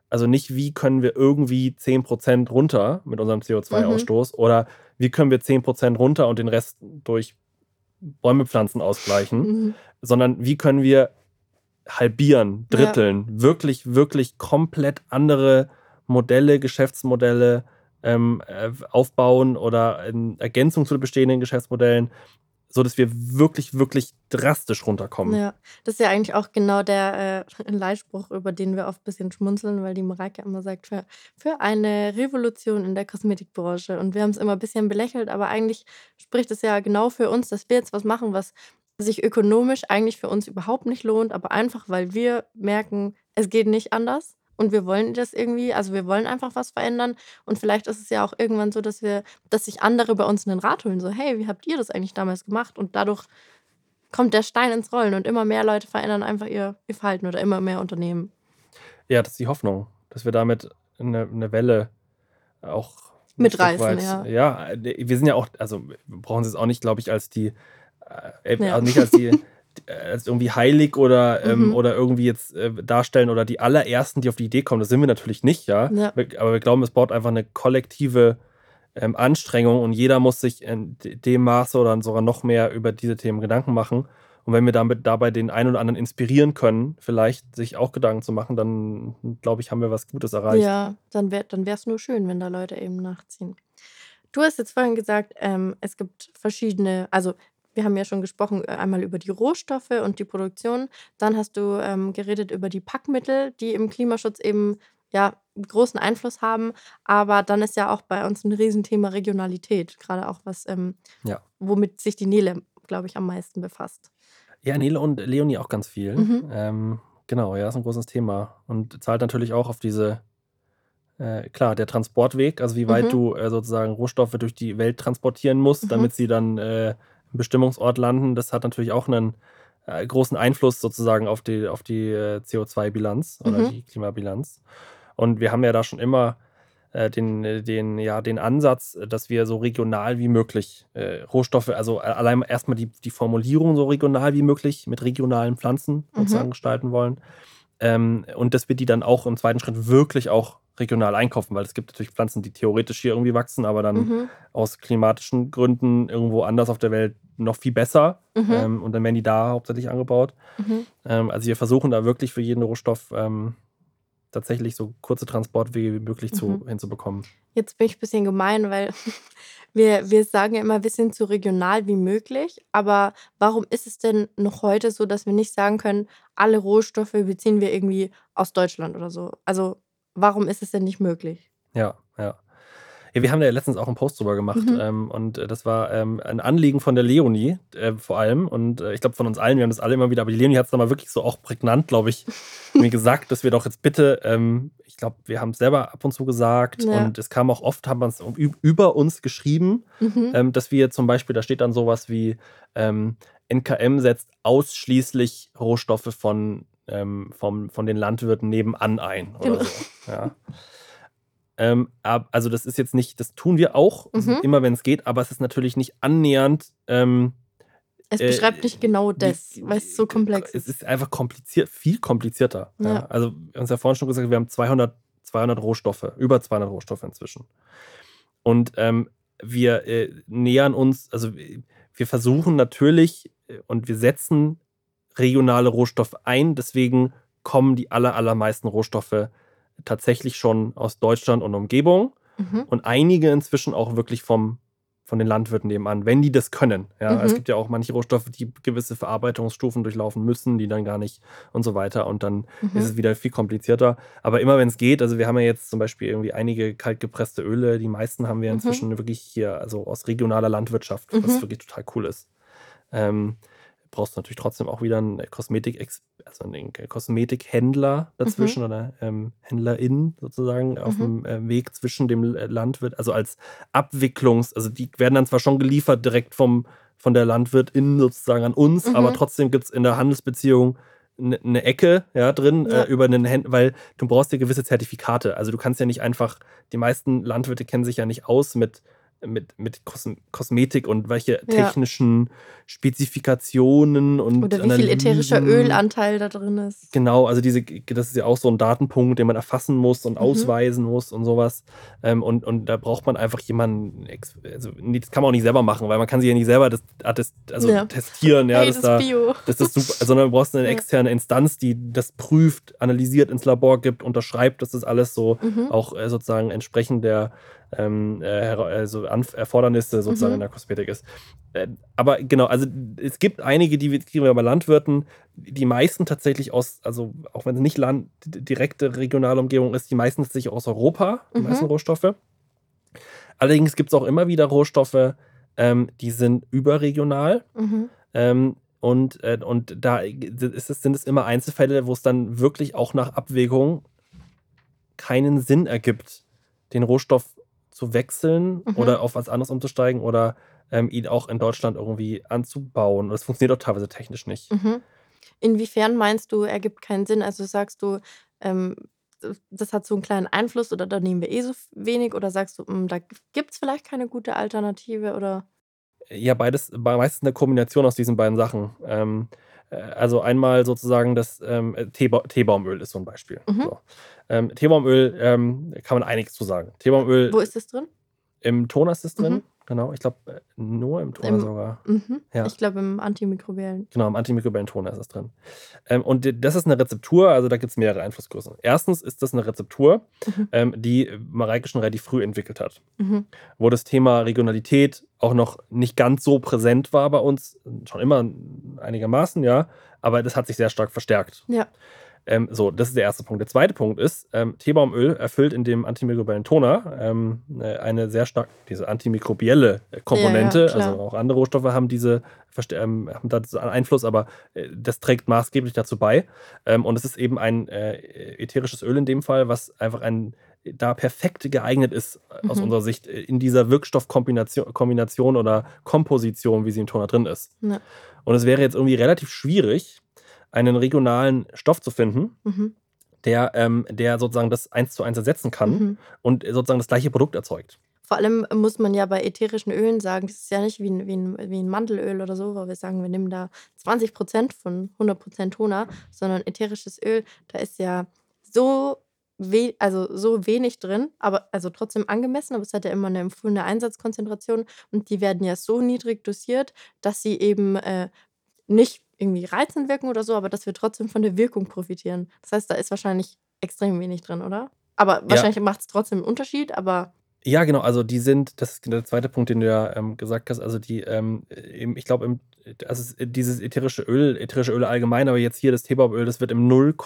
Also nicht, wie können wir irgendwie zehn Prozent runter mit unserem C O zwei Ausstoß Mhm. oder wie können wir zehn Prozent runter und den Rest durch Bäume pflanzen ausgleichen, Mhm. sondern wie können wir halbieren, Ja. dritteln, wirklich, wirklich komplett andere Modelle, Geschäftsmodelle ähm, äh, aufbauen oder in Ergänzung zu den bestehenden Geschäftsmodellen, sodass wir wirklich, wirklich drastisch runterkommen. Ja, das ist ja eigentlich auch genau der, äh, Leitspruch, über den wir oft ein bisschen schmunzeln, weil die Mareike immer sagt: „Für für eine Revolution in der Kosmetikbranche.“ Und wir haben es immer ein bisschen belächelt, aber eigentlich spricht es ja genau für uns, dass wir jetzt was machen, was sich ökonomisch eigentlich für uns überhaupt nicht lohnt, aber einfach, weil wir merken, es geht nicht anders und wir wollen das irgendwie, also, wir wollen einfach was verändern und vielleicht ist es ja auch irgendwann so, dass wir dass sich andere bei uns 'nen Rat holen, so: „Hey, wie habt ihr das eigentlich damals gemacht?“ Und dadurch kommt der Stein ins Rollen und immer mehr Leute verändern einfach ihr ihr Verhalten oder immer mehr Unternehmen. Ja, das ist die Hoffnung, dass wir damit eine 'ne Welle auch ein Stück Mitreißen, weit ja. ja, äh, wir sind ja auch also, wir brauchen es jetzt auch nicht, glaube ich, als die äh, Ja. also, nicht als die äh, als irgendwie heilig oder, ähm Mhm. oder irgendwie jetzt, äh, darstellen oder die Allerersten, die auf die Idee kommen. Das sind wir natürlich nicht, ja. Ja. Wir aber wir glauben, es braucht einfach eine kollektive, ähm, Anstrengung und jeder muss sich in d dem Maße oder sogar noch mehr über diese Themen Gedanken machen. Und wenn wir damit dabei den einen oder anderen inspirieren können, vielleicht sich auch Gedanken zu machen, dann, glaube ich, haben wir was Gutes erreicht. Ja, dann wär dann wär's nur schön, wenn da Leute eben nachziehen. Du hast jetzt vorhin gesagt, ähm, es gibt verschiedene, also, wir haben ja schon gesprochen, äh, einmal über die Rohstoffe und die Produktion. Dann hast du, ähm, geredet über die Packmittel, die im Klimaschutz eben, ja, 'n großen Einfluss haben. Aber dann ist ja auch bei uns ein Riesenthema Regionalität, gerade auch was, ähm Ja. womit sich die Nele, glaube ich, am meisten befasst. Ja, Nele und Leonie auch ganz viel. Mhm. Ähm, genau, ja, ist ein großes Thema und zahlt natürlich auch auf diese äh, klar, der Transportweg, also wie weit Mhm. du, äh, sozusagen Rohstoffe durch die Welt transportieren musst, Mhm. damit sie dann, äh, im Bestimmungsort landen, das hat natürlich auch einen äh, großen Einfluss sozusagen auf die auf die, äh, C O zwei Bilanz oder Mhm. die Klimabilanz. Und wir haben ja da schon immer, äh, den äh, den ja, den Ansatz, äh, dass wir so regional wie möglich, äh, Rohstoffe also, a allein erst die die Formulierung so regional wie möglich mit regionalen Pflanzen Mhm. sozusagen gestalten wollen. Ähm, und dass wir die dann auch im zweiten Schritt wirklich auch regional einkaufen, weil es gibt natürlich Pflanzen, die theoretisch hier irgendwie wachsen, aber dann Mhm. aus klimatischen Gründen irgendwo anders auf der Welt noch viel besser. Mhm. Ähm, und dann werden die da hauptsächlich angebaut. Mhm. Ähm, also wir versuchen da wirklich für jeden Rohstoff ähm, tatsächlich so kurze Transportwege wie möglich zu, Mhm. hinzubekommen. Jetzt bin ich ein bisschen gemein, weil wir wir sagen ja immer, wir sind so regional wie möglich, aber warum ist es denn noch heute so, dass wir nicht sagen können, alle Rohstoffe beziehen wir irgendwie aus Deutschland oder so? Also, warum ist es denn nicht möglich? Ja, ja. Ja, wir haben da ja letztens auch einen Post drüber gemacht, Mhm. ähm, und, äh, das war, ähm, ein Anliegen von der Leonie, äh, vor allem und, äh, ich glaube von uns allen. Wir haben das alle immer wieder aber die Leonie hat's dann mal wirklich so auch prägnant, glaube ich, mir gesagt, dass wir doch jetzt bitte, ähm ich glaube, wir haben's selber ab und zu gesagt Ja. und es kam auch oft hat man's üb über uns geschrieben, Mhm. ähm, dass wir zum Beispiel da steht dann so was wie, ähm: „N K M setzt ausschließlich Rohstoffe von ähm, vom von den Landwirten nebenan ein“ oder Genau. so, ja. Ähm, ab also, das ist jetzt nicht das tun wir auch, s Mhm. immer wenn's geht, aber es ist natürlich nicht annähernd, ähm, Es beschreibt äh, nicht genau die das, weil's so g komplex es ist. ist einfach kompliziert viel komplizierter, ja. Ja. Also, wir haben's ja vorhin schon gesagt, wir haben zweihundert zweihundert Rohstoffe, über zweihundert Rohstoffe inzwischen. Und, ähm, wir, äh, nähern uns also, w wir versuchen natürlich, äh, und wir setzen regionale Rohstoffe ein, deswegen kommen die aller allermeisten Rohstoffe tatsächlich schon aus Deutschland und Umgebung Mhm. und einige inzwischen auch wirklich vom von den Landwirten nebenan, wenn die das können, ja? Es Mhm. gibt ja auch manche Rohstoffe, die gewisse Verarbeitungsstufen durchlaufen müssen, die dann gar nicht und so weiter und dann ist Mhm. es wieder viel komplizierter. Aber immer wenn's geht also, wir haben ja jetzt zum Beispiel irgendwie einige kaltgepresste Öle, die meisten haben wir Mhm. inzwischen wirklich hier, also, aus regionaler Landwirtschaft, was Mhm. wirklich total cool ist. Ähm, brauchst du natürlich trotzdem auch wieder 'n Kosmetik-Ex also 'nen Kosmetikhändler Mhm. dazwischen oder, ähm, HändlerInnen sozusagen Mhm. auf'm, äh, Weg zwischen dem L Landwirt also als Abwicklungs also die werden dann zwar schon geliefert direkt vom von der Landwirtin sozusagen an uns, aber Mhm. trotzdem gibt's in der Handelsbeziehung 'ne 'ne Ecke, ja, drin, äh, Ja. über 'nen Händ weil du brauchst ja gewisse Zertifikate. Also, du kannst ja nicht einfach die meisten Landwirte kennen sich ja nicht aus mit mit, mit Kos Kosmetik und welche Ja. technischen Spezifikationen und Oder wie viel ätherischer Analysen. Ölanteil da drin ist. Genau, also diese, das ist ja auch so ein Datenpunkt, den man erfassen muss und Mhm. ausweisen muss und sowas. Ähm, und, und da braucht man einfach jemanden, ex- also nee, das kann man auch nicht selber machen, weil man kann sich ja nicht selber das, attest- also Ja. testieren, ja, Hey, dass das da, ist Bio. das ist super, sondern du brauchst eine Ja. externe Instanz, die das prüft, analysiert, ins Labor gibt, unterschreibt, dass das alles so Mhm. auch äh, sozusagen entsprechend der ähm, äh, hera- also Anf Erfordernisse sozusagen Mhm. in der Kosmetik ist. Äh, aber genau, also es gibt einige, die wir kriegen wir bei Landwirten, die meisten tatsächlich aus, also auch wenn es nicht Land, direkte regionale Umgebung ist, die meisten tatsächlich aus Europa, die Mhm. meisten Rohstoffe. Allerdings gibt es auch immer wieder Rohstoffe, ähm, die sind überregional. Mhm. Ähm, und, äh, und da ist es, sind es immer Einzelfälle, wo es dann wirklich auch nach Abwägung keinen Sinn ergibt, den Rohstoff zu wechseln Mhm. oder auf was anderes umzusteigen oder ähm, ihn auch in Deutschland irgendwie anzubauen. Das funktioniert auch teilweise technisch nicht. Mhm. Inwiefern meinst du, ergibt keinen Sinn? Also sagst du, ähm, das hat so einen kleinen Einfluss oder da nehmen wir eh so wenig oder sagst du, hm, da gibt es vielleicht keine gute Alternative oder? Ja, beides, bei- meistens eine Kombination aus diesen beiden Sachen. Ähm, äh, also einmal sozusagen das ähm, äh, Teeba Teebaumöl ist so ein Beispiel. Mhm. So. Ähm, Teebaumöl ähm, kann man einiges zu sagen. Wo Teebaumöl ist das drin? im Toner ist es drin, Mhm. genau. Ich glaube, äh, nur im Toner Im sogar. mhm. Ja, Ich glaube, im antimikrobiellen. genau, im antimikrobiellen Toner ist es drin. Ähm, und d- das ist eine Rezeptur, also da gibt es mehrere Einflussgrößen. Erstens ist das eine Rezeptur, Mhm. ähm, die Mareike schon relativ früh entwickelt hat, Mhm. wo das Thema Regionalität auch noch nicht ganz so präsent war bei uns, schon immer einigermaßen, ja, aber das hat sich sehr stark verstärkt. Ja. Ähm, so, das ist der erste Punkt. Der zweite Punkt ist, ähm, Teebaumöl erfüllt in dem antimikrobiellen Toner ähm, äh, eine sehr stark, diese antimikrobielle äh, Komponente, Ja, ja, also klar. auch andere Rohstoffe haben diese, verste- ähm, haben dazu einen Einfluss, aber äh, das trägt maßgeblich dazu bei. Ähm, und es ist eben ein äh, ätherisches Öl in dem Fall, was einfach ein da perfekt geeignet ist, äh, aus Mhm. unserer Sicht, äh, in dieser Wirkstoffkombination Kombination oder Komposition, wie sie im Toner drin ist. Ja. Und es wäre jetzt irgendwie relativ schwierig, einen regionalen Stoff zu finden, Mhm. der, ähm, der sozusagen das eins zu eins ersetzen kann Mhm. und sozusagen das gleiche Produkt erzeugt. Vor allem muss man ja bei ätherischen Ölen sagen, das ist ja nicht wie 'n wie 'n wie 'n Mandelöl oder so, wo wir sagen, wir nehmen da zwanzig von hundert Toner, sondern ätherisches Öl, da ist ja so we also, so wenig drin, aber also, trotzdem angemessen, aber es hat ja immer 'ne empfohlene Einsatzkonzentration und die werden ja so niedrig dosiert, dass sie eben, äh, nicht irgendwie reizend wirken oder so, aber dass wir trotzdem von der Wirkung profitieren. Das heißt, da ist wahrscheinlich extrem wenig drin, oder? Aber Ja, wahrscheinlich macht's trotzdem 'n Unterschied, aber ja, genau. Also die sind, das ist der zweite Punkt, den du ja ähm, gesagt hast. Also die, ähm, im, ich glaube, im, also es ist dieses ätherische Öl, ätherische Öle allgemein, aber jetzt hier das Teebaumöl, das wird im null,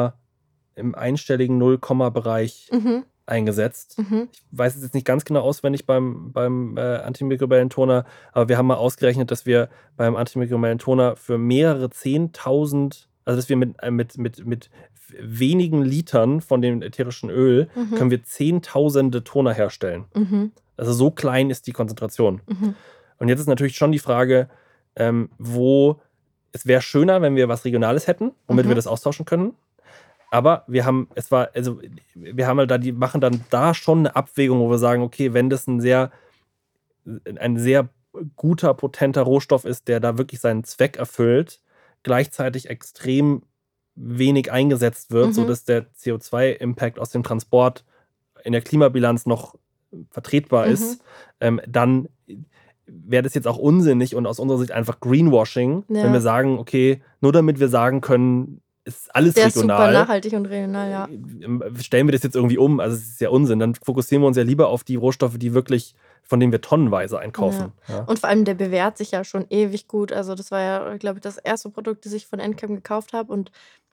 im einstelligen Null-Komma-Bereich mhm. eingesetzt. Mhm. Ich weiß es jetzt nicht ganz genau auswendig beim, beim äh, antimikrobiellen Toner, aber wir haben mal ausgerechnet, dass wir beim antimikrobiellen Toner für mehrere Zehntausend, also dass wir mit, äh, mit, mit, mit wenigen Litern von dem ätherischen Öl Mhm. können wir Zehntausende Toner herstellen. Mhm. Also so klein ist die Konzentration. Mhm. Und jetzt ist natürlich schon die Frage, ähm, wo es wäre schöner, wenn wir was Regionales hätten, womit wir Mhm. das austauschen können. Aber wir haben, es war, also wir haben halt da, die machen dann da schon eine Abwägung, wo wir sagen, okay, wenn das ein sehr, ein sehr guter, potenter Rohstoff ist, der da wirklich seinen Zweck erfüllt, gleichzeitig extrem wenig eingesetzt wird, Mhm. sodass der C O zwei Impact aus dem Transport in der Klimabilanz noch vertretbar Mhm. ist, ähm, dann wäre das jetzt auch unsinnig und aus unserer Sicht einfach Greenwashing, wenn wir Ja. sagen, okay, nur damit wir sagen können, ist alles Der ist super regional, nachhaltig und regional, ja. äh, stellen wir das jetzt irgendwie um. Also es ist ja Unsinn. Dann fokussieren wir uns ja lieber auf die Rohstoffe, die wirklich, von denen wir tonnenweise Ja. einkaufen. Ja. Und vor allem, der bewährt sich ja schon ewig gut. Also, das war ja, glaube ich, das erste Produkt, das ich von Enchem gekauft habe und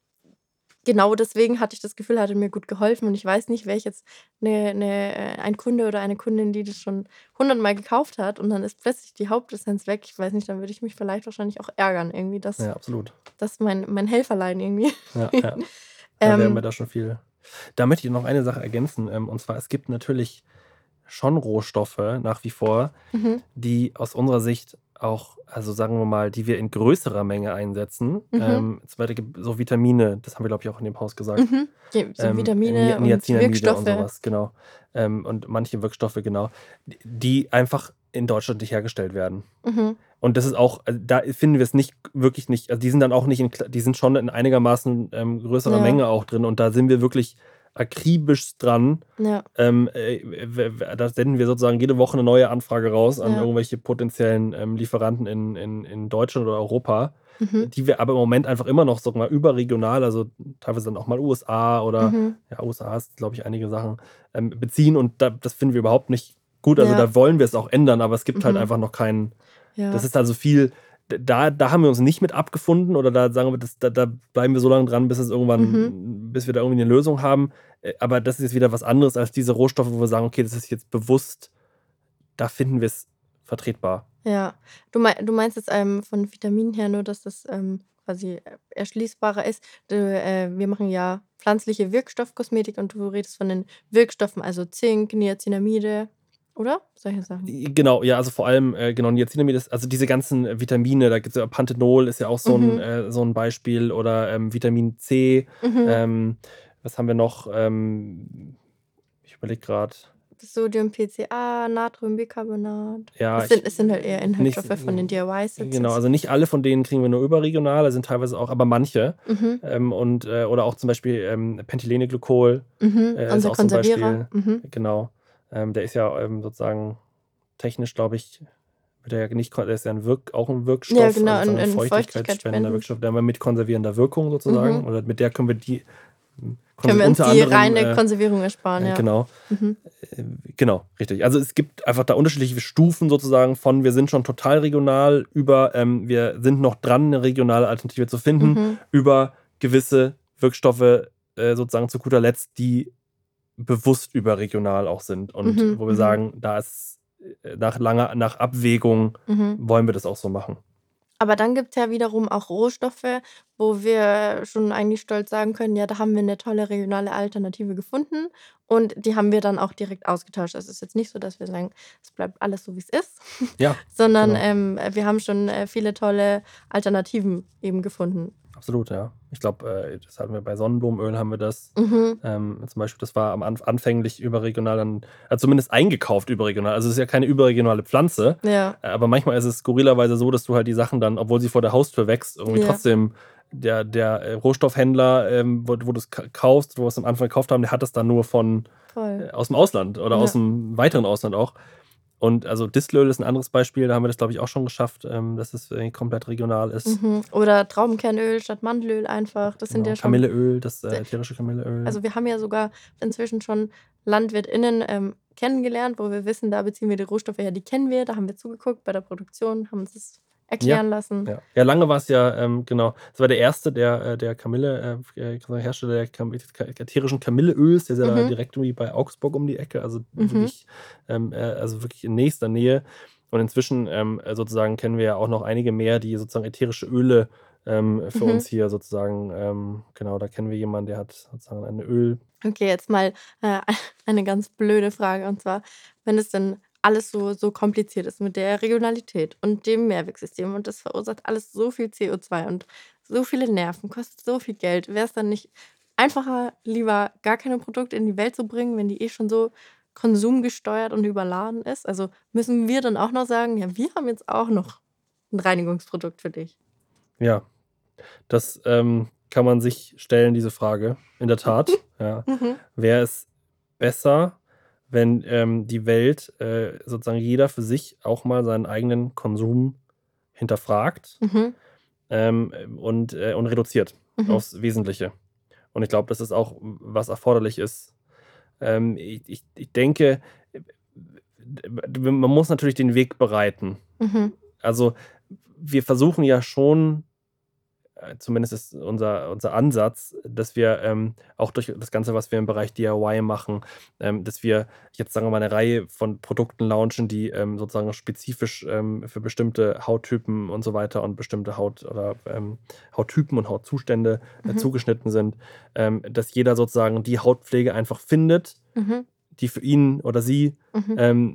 genau deswegen hatte ich das Gefühl, hat er mir gut geholfen und ich weiß nicht, wäre ich jetzt 'ne 'ne äh, ein Kunde oder eine Kundin, die das schon hundertmal gekauft hat und dann ist plötzlich die Hauptessenz weg. Ich weiß nicht, dann würde ich mich vielleicht wahrscheinlich auch ärgern irgendwie, dass Ja, absolut. dass mein mein Helferlein irgendwie. Ja, ja. Ja, wir haben ja Ähm, da schon viel. Da möchte ich noch eine Sache ergänzen. Ähm, und zwar, es gibt natürlich schon Rohstoffe nach wie vor, mhm, die aus unserer Sicht auch, also sagen wir mal, die wir in größerer Menge einsetzen. Mhm. Ähm, zum Beispiel so Vitamine, das haben wir, glaube ich, auch in dem Haus gesagt. Mhm. Ja, so Ähm, Ni Vitamine und Niacinamide und Wirkstoffe. sowas, genau. Ähm, und manche Wirkstoffe, genau, d die einfach in Deutschland nicht hergestellt werden. Mhm. Und das ist auch, also da finden wir es nicht wirklich nicht, also die sind dann auch nicht in kl die sind schon in einigermaßen, ähm, größerer Ja, Menge auch drin und da sind wir wirklich akribisch dran. ja, Ähm, äh, w w Da senden wir sozusagen jede Woche eine neue Anfrage raus an ja. irgendwelche potenziellen, ähm, Lieferanten in in in Deutschland oder Europa, Mhm. die wir aber im Moment einfach immer noch, sagen wir mal, überregional, also teilweise dann auch mal U S A oder Mhm. ja, U S A ist, glaube ich, einige Sachen, ähm, beziehen und da das finden wir überhaupt nicht gut. Also, Ja. da wollen wir es auch ändern, aber es gibt halt Mhm. einfach noch keinen, das Ja. ist also viel, d da da haben wir uns nicht mit abgefunden oder da sagen wir, das da da bleiben wir so lange dran, bis es Mhm. irgendwann bis wir da irgendwie 'ne Lösung haben. Äh, aber das ist jetzt wieder was anderes als diese Rohstoffe, wo wir sagen: „Okay, das ist jetzt bewusst, da finden wir's vertretbar." Ja. Du mei du meinst jetzt, ähm, von Vitaminen her nur, dass das, ähm, quasi, äh, erschließbarer ist. Du, äh wir machen ja pflanzliche Wirkstoffkosmetik und du redest von den Wirkstoffen, also Zink, Niacinamide, oder? Solche Sachen. I Genau, ja, also vor allem, äh, genau, Niacinamid ist, also diese ganzen, äh, Vitamine, da gibt's ja Panthenol ist ja auch so 'n Mhm. äh, so 'n Beispiel oder, ähm, Vitamin C. Mhm. Ähm, was haben wir noch? Ähm, ich überlege grad. Sodium, P C A, Natriumbicarbonat. Ja, Es ich sind es sind halt eher nicht Inhaltsstoffe von den D I Y-Sets genau, jetzt. also nicht alle von denen kriegen wir nur überregional, da sind teilweise auch, aber manche. Mhm. Ähm, und, äh oder auch zum Beispiel, ähm, Pentyleneglykol, Mhm. äh, ist Unser auch so 'n Konservierer. Beispiel. Mhm. Genau. Ähm, der ist ja, ähm, sozusagen technisch, glaube ich, wird der ja nicht kon der ist ja 'n Wirk auch 'n Ja, Wirkstoff, also genau, sozusagen in 'n in feuchtigkeitsspendender feuchtigkeitsspendend. Wirkstoff, der aber mit konservierender Wirkung sozusagen, Mhm. oder mit der können wir die, hm, Können konse wir uns unter die anderem, reine äh Konservierung ersparen, äh, ja. genau. Mhm. Äh, genau, richtig. Also, es gibt einfach da unterschiedliche Stufen sozusagen von, wir sind schon total regional über, ähm, wir sind noch dran, 'ne regionale Alternative zu finden, Mhm. über gewisse Wirkstoffe, äh, sozusagen zu guter Letzt, die bewusst überregional auch sind und Mhm. wo wir Mhm. sagen, da ist, äh, nach langer nach Abwägung Mhm. wollen wir das auch so machen. Aber dann gibt's ja wiederum auch Rohstoffe, wo wir schon eigentlich stolz sagen können: „Ja, da haben wir 'ne tolle regionale Alternative gefunden und die haben wir dann auch direkt ausgetauscht.“ Also, es ist jetzt nicht so, dass wir sagen, es bleibt alles so, wie's ist, Ja, sondern, genau. ähm, äh, wir haben schon, äh, viele tolle Alternativen eben gefunden. Absolut, ja. Ich glaube, äh, das hatten wir bei Sonnenblumenöl haben wir das. Mhm. Ähm, zum Beispiel, das war am Anf anfänglich überregional, dann äh, zumindest eingekauft überregional. Also, es ist ja keine überregionale Pflanze, Ja, äh, aber manchmal ist es skurrilerweise so, dass du halt die Sachen dann, obwohl sie vor der Haustür wächst, irgendwie ja, trotzdem der der, äh, Rohstoffhändler, ähm, wo wo du's ka kaufst, wo wir's am Anfang gekauft haben, der hat das dann nur von voll. äh, aus'm Ausland oder Ja. aus'm weiteren Ausland auch. Und also Distelöl ist 'n anderes Beispiel, da haben wir das, glaube ich, auch schon geschafft, ähm, dass es, äh, komplett regional ist. Mhm. Oder Traubenkernöl statt Mandelöl einfach. Das sind Genau, ja schon Kamilleöl, das, d äh, ätherische Kamilleöl. also, wir haben ja sogar inzwischen schon LandwirtInnen, ähm, kennengelernt, wo wir wissen, da beziehen wir die Rohstoffe her, die kennen wir, da haben wir zugeguckt bei der Produktion, haben uns das Ja, erklären lassen. ja. Ja, lange war's ja, ähm, genau, das war der erste, der äh, der Kamille äh, äh, Hersteller der Kam ätherischen Kamilleöls, der ist ja da Mhm, direkt irgendwie bei Augsburg um die Ecke, also mhm, wirklich, ähm, äh, also wirklich in nächster Nähe. Und inzwischen, ähm, äh, sozusagen kennen wir ja auch noch einige mehr, die sozusagen ätherische Öle, ähm, für mhm. uns hier sozusagen, ähm, genau, da kennen wir jemanden, der hat sozusagen ein Öl. Okay, jetzt mal, äh, eine ganz blöde Frage und zwar, wenn es denn alles so so kompliziert ist mit der Regionalität und dem Mehrwegsystem und das verursacht alles so viel C O zwei und so viele Nerven, kostet so viel Geld. Wäre es dann nicht einfacher, lieber gar keine Produkte in die Welt zu bringen, wenn die eh schon so konsumgesteuert und überladen ist? Also, müssen wir dann auch noch sagen: „Ja, wir haben jetzt auch noch ein Reinigungsprodukt für dich?“ Ja, das, ähm, kann man sich stellen, diese Frage, in der Tat, ja. Mhm, Wäre es besser, wenn, ähm, die Welt, äh, sozusagen jeder für sich auch mal seinen eigenen Konsum hinterfragt, mhm, ähm, und, äh und reduziert mhm, aufs Wesentliche. Und ich glaube, das ist auch, was erforderlich ist. Ähm, ich ich ich denke, äh, man muss natürlich den Weg bereiten. mhm, Also, wir versuchen ja schon, äh, zumindest ist unser unser Ansatz, dass wir, ähm, auch durch das Ganze, was wir im Bereich D I Y machen, ähm, dass wir jetzt, sagen wir mal, eine Reihe von Produkten launchen, die, ähm, sozusagen spezifisch, ähm, für bestimmte Hauttypen und so weiter und bestimmte Haut oder, ähm, Hauttypen und Hautzustände, äh, mhm, zugeschnitten sind, ähm, dass jeder sozusagen die Hautpflege einfach findet, mhm, die für ihn oder sie, mhm, ähm,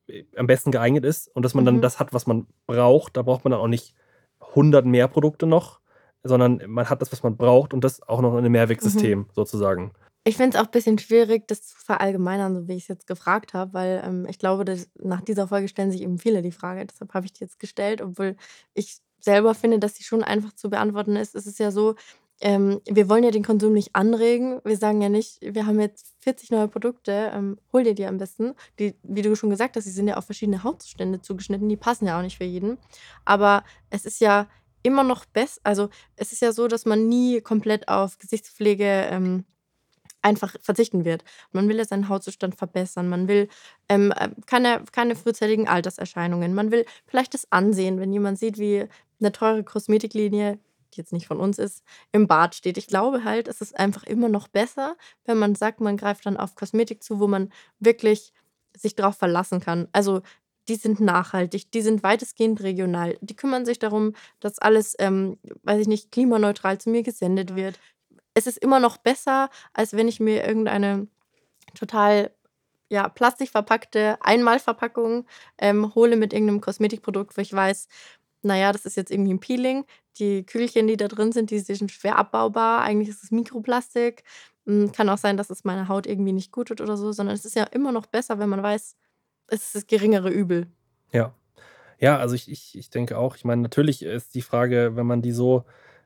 äh, am besten geeignet ist und dass man dann Mhm. das hat, was man braucht. Da braucht man dann auch nicht hundert mehr Produkte noch, sondern man hat das, was man braucht und das auch noch in 'nem Mhm. Mehrwegsystem sozusagen. Ich finde es auch bisschen schwierig, das zu verallgemeinern, so wie ich's jetzt gefragt habe, weil, ähm, ich glaube, dass nach dieser Folge stellen sich eben viele die Frage. Deshalb habe ich die jetzt gestellt, obwohl ich selber finde, dass sie schon einfach zu beantworten ist. Es ist ja so, ähm, wir wollen ja den Konsum nicht anregen. Wir sagen ja nicht: „Wir haben jetzt vierzig neue Produkte, ähm, hol dir die am besten.“ Die wie du schon gesagt hast, die sind ja auf verschiedene Hautzustände zugeschnitten, die passen ja auch nicht für jeden. Aber es ist ja immer noch bess also, es ist ja so, dass man nie komplett auf Gesichtspflege, ähm, einfach verzichten wird. Man will ja seinen Hautzustand verbessern. Man will, ähm, äh, keine keine frühzeitigen Alterserscheinungen. Man will vielleicht das Ansehen, wenn jemand sieht, wie 'ne teure Kosmetiklinie, die jetzt nicht von uns ist, im Bad steht. Ich glaube halt, es ist einfach immer noch besser, wenn man sagt, man greift dann auf Kosmetik zu, wo man wirklich sich drauf verlassen kann. Also, die sind nachhaltig, die sind weitestgehend regional. Die kümmern sich darum, dass alles, ähm, weiß ich nicht, klimaneutral zu mir gesendet wird. Es ist immer noch besser, als wenn ich mir irgendeine total, ja, plastikverpackte Einmalverpackung, ähm, hole mit irgend 'nem Kosmetikprodukt, wo ich weiß, na ja, das ist jetzt irgendwie 'n Peeling. Die Kügelchen, die da drin sind, die sind schwer abbaubar. Eigentlich ist es Mikroplastik. Hm, kann auch sein, dass es meiner Haut irgendwie nicht guttut oder so, sondern es ist ja immer noch besser, wenn man weiß, es ist das geringere Übel. Ja. Ja, also ich ich ich denke auch, ich meine, natürlich ist die Frage, wenn man die so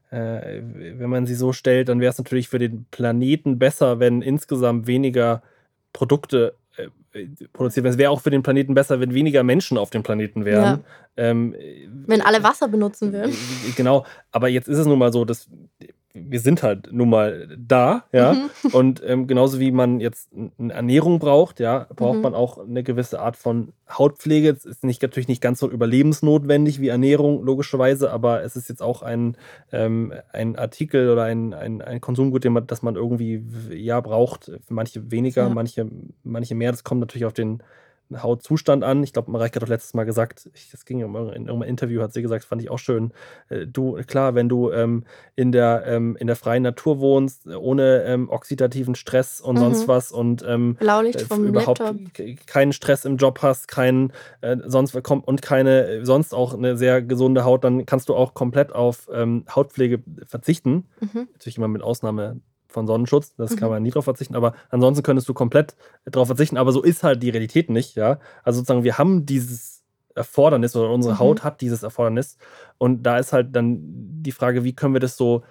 äh, w wenn man sie so stellt, dann wäre es natürlich für den Planeten besser, wenn insgesamt weniger Produkte, äh, äh, produziert werden. Es wäre auch für den Planeten besser, wenn weniger Menschen auf dem Planeten Ja. wären. Ähm, äh, Wenn alle w Wasser benutzen würden. w genau. Aber jetzt ist es nun mal so, dass wir sind halt nun mal da, ja? Mhm. Und, ähm, genauso wie man jetzt 'n 'ne Ernährung braucht, ja, braucht Mhm. man auch 'ne gewisse Art von Hautpflege. Es ist nicht natürlich nicht ganz so überlebensnotwendig wie Ernährung, logischerweise, aber es ist jetzt auch ein ähm, ein Artikel oder ein ein ein Konsumgut, den man das man irgendwie w ja, braucht. Manche weniger, Ja. manche manche mehr. Das kommt natürlich auf den Hautzustand an. Ich glaube, Mareike hat doch letztes Mal gesagt ich das ging um in irgend 'nem Interview hat sie gesagt, das fand ich auch schön: „Äh, du, klar, wenn du, ähm, in der ähm, in der freien Natur wohnst, ohne, ähm, oxidativen Stress und sonst Mhm. was und, ähm, Blaulicht äh, f vom überhaupt Laptop. k keinen Stress im Job hast, keinen äh, sonst w kommt und keine sonst auch 'ne sehr gesunde Haut, dann kannst du auch komplett auf, ähm, Hautpflege verzichten.“ Mhm. Natürlich immer mit Ausnahme von Sonnenschutz, das kann Mhm. man nie drauf verzichten, aber ansonsten könntest du komplett drauf verzichten. Aber so ist halt die Realität nicht, ja? Also, sozusagen, wir haben dieses Erfordernis oder unsere Mhm. Haut hat dieses Erfordernis. Und da ist halt dann die Frage, wie können wir das so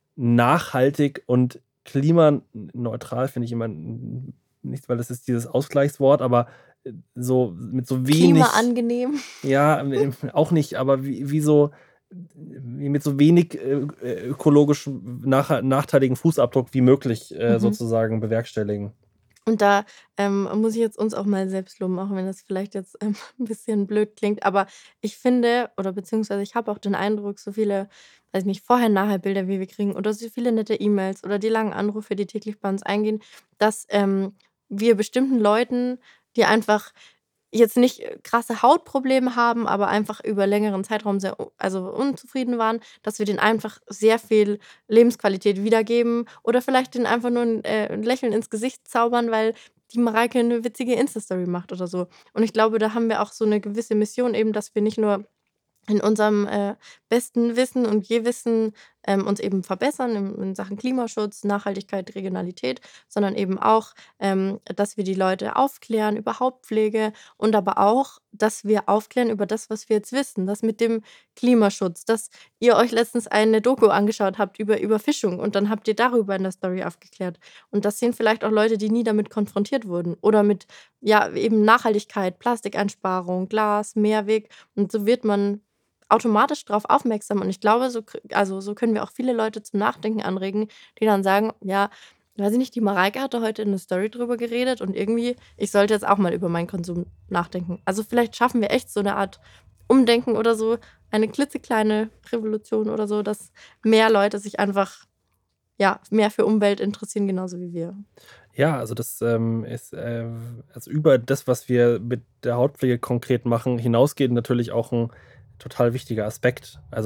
nachhaltig und klimaneutral finde ich immer n nicht, weil das ist dieses Ausgleichswort, aber, äh, so mit so wenig Klimaangenehm. ja, ähm, auch nicht, aber wie wie so wie mit so wenig, äh, äh, ökologischem nachha nachteiligen Fußabdruck wie möglich, äh, Mhm. sozusagen bewerkstelligen. Und da, ähm, muss ich jetzt uns auch mal selbst loben, auch wenn das vielleicht jetzt, ähm, 'n bisschen blöd klingt. Aber ich finde oder beziehungsweise ich habe auch den Eindruck, so viele, weiß nicht, Vorher-Nachher-Bilder, wie wir kriegen oder so viele nette E-Mails oder die langen Anrufe, die täglich bei uns eingehen, dass, ähm, wir bestimmten Leuten, die einfach jetzt nicht, äh, krasse Hautprobleme haben, aber einfach über längeren Zeitraum sehr u also, unzufrieden waren, dass wir denen einfach sehr viel Lebensqualität wiedergeben oder vielleicht denen einfach nur 'n äh, 'n Lächeln ins Gesicht zaubern, weil die Mareike 'ne witzige Insta-Story macht oder so. Und ich glaube, da haben wir auch so 'ne gewisse Mission eben, dass wir nicht nur in unserem, äh, besten Wissen und Gehwissen, ähm, uns eben verbessern in in Sachen Klimaschutz, Nachhaltigkeit, Regionalität, sondern eben auch, ähm, dass wir die Leute aufklären über Hautpflege und aber auch, dass wir aufklären über das, was wir jetzt wissen, das mit dem Klimaschutz, dass ihr euch letztens eine Doku angeschaut habt über Überfischung und dann habt ihr darüber in der Story aufgeklärt. Und das sehen vielleicht auch Leute, die nie damit konfrontiert wurden oder mit, ja, eben Nachhaltigkeit, Plastikeinsparung, Glas, Mehrweg. Und so wird man automatisch drauf aufmerksam. Und ich glaube, so k also, so können wir auch viele Leute zum Nachdenken anregen, die dann sagen: „Ja, weiß ich nicht, die Mareike hat da heute in 'ne Story drüber geredet und irgendwie, ich sollte jetzt auch mal über meinen Konsum nachdenken.“ Also, vielleicht schaffen wir echt so 'ne Art Umdenken oder so, eine klitzekleine Revolution oder so, dass mehr Leute sich einfach, ja, mehr für Umwelt interessieren, genauso wie wir. Ja, also, das, ähm, ist, äh also, über das, was wir mit der Hautpflege konkret machen, hinausgeht natürlich auch 'n total wichtiger Aspekt. Also,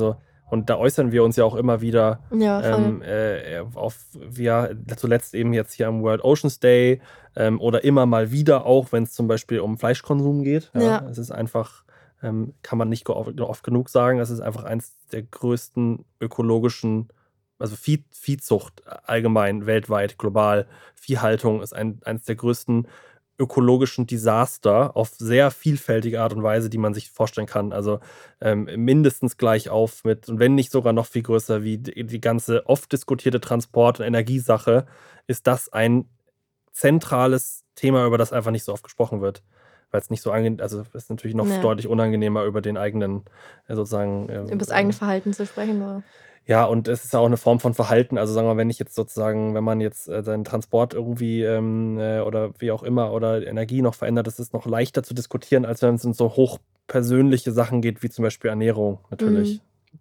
Und da äußern wir uns ja auch immer wieder Ja, voll. ähm, äh, auf, ja, zuletzt eben jetzt hier am World Oceans Day ähm, oder immer mal wieder auch, wenn es zum Beispiel um Fleischkonsum geht. Ja, Ja, es ist einfach, ähm, kann man nicht ge- oft, oft genug sagen, es ist einfach eins der größten ökologischen, also Vieh, Viehzucht allgemein, weltweit, global. Viehhaltung ist ein, eines der größten ökologischen Desaster auf sehr vielfältige Art und Weise, die man sich vorstellen kann. Also ähm, mindestens gleich auf mit, und wenn nicht sogar noch viel größer, wie die, die ganze oft diskutierte Transport- und Energiesache, ist das ein zentrales Thema, über das einfach nicht so oft gesprochen wird. Weil es nicht so angenehm, also es ist natürlich noch ja. deutlich unangenehmer über den eigenen, äh, sozusagen, Über das äh, eigene äh, Verhalten zu sprechen, oder? ja, und es ist ja auch eine Form von Verhalten. Also, sagen wir mal, wenn ich jetzt sozusagen wenn man jetzt, äh, seinen Transport irgendwie, ähm, äh, oder wie auch immer oder Energie noch verändert, das ist noch leichter zu diskutieren, als wenn es um so hochpersönliche Sachen geht, wie zum Beispiel Ernährung Mhm. natürlich.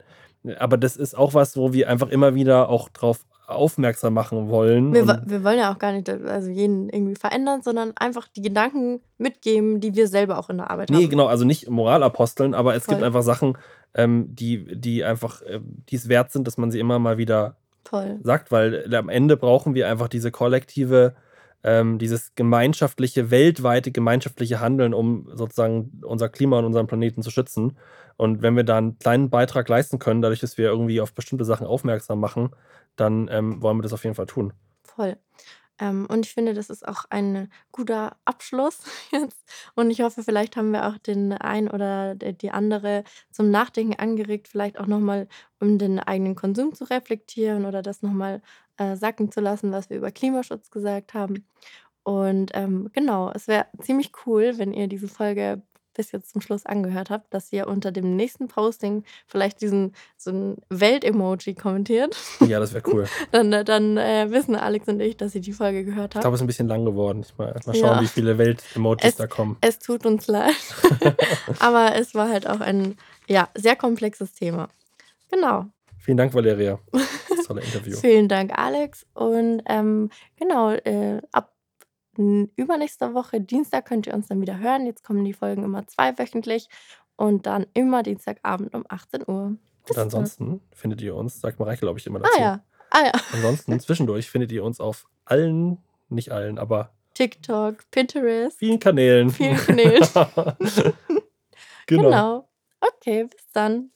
Aber das ist auch was, wo wir einfach immer wieder auch drauf aufmerksam machen wollen Wir wo und wir wollen ja auch gar nicht, äh, also jeden irgendwie verändern, sondern einfach die Gedanken mitgeben, die wir selber auch in der Arbeit ne, haben. genau, also nicht Moralaposteln, aber es gibt Voll, einfach Sachen, ähm, die die einfach, ähm die es wert sind, dass man sie immer mal wieder voll. sagt, weil am Ende brauchen wir einfach diese kollektive, ähm, dieses gemeinschaftliche, weltweite gemeinschaftliche Handeln, um sozusagen unser Klima und unseren Planeten zu schützen. Und wenn wir da einen kleinen Beitrag leisten können, dadurch, dass wir irgendwie auf bestimmte Sachen aufmerksam machen, dann ähm, wollen wir das auf jeden Fall tun. Voll. Ähm, und ich finde, das ist auch ein guter Abschluss jetzt. Und ich hoffe, vielleicht haben wir auch den einen oder d die andere zum Nachdenken angeregt, vielleicht auch noch mal, um den eigenen Konsum zu reflektieren oder das noch mal, äh, sacken zu lassen, was wir über Klimaschutz gesagt haben. Und, ähm, genau, es wäre ziemlich cool, wenn ihr diese Folge bis jetzt zum Schluss angehört habt, dass ihr unter dem nächsten Posting vielleicht diesen so 'n Welt-Emoji kommentiert. Ja, das wäre cool. Dann äh, dann, äh, wissen Alex und ich, dass ihr die Folge gehört Ich glaube, habt. es ist ein bisschen lang geworden. Ich mal mal schauen, Ja, wie viele Welt-Emojis es da kommen. es tut uns leid, aber es war halt auch ein, ja, sehr komplexes Thema. Genau. Vielen Dank, Valeria, das tolle Interview. Vielen Dank, Alex. Und, ähm, genau, äh, ab n übernächster Woche Dienstag könnt ihr uns dann wieder hören. Jetzt kommen die Folgen immer zweiwöchentlich und dann immer Dienstagabend um achtzehn Uhr. Und Bis dann. ansonsten findet ihr uns, sagt Mareike, glaube ich, immer Ah dazu. ja, ah ja. Ansonsten zwischendurch findet ihr uns auf allen, nicht allen, aber TikTok, Pinterest, vielen Kanälen. vielen Kanälen. Genau. Genau. Okay, bis dann.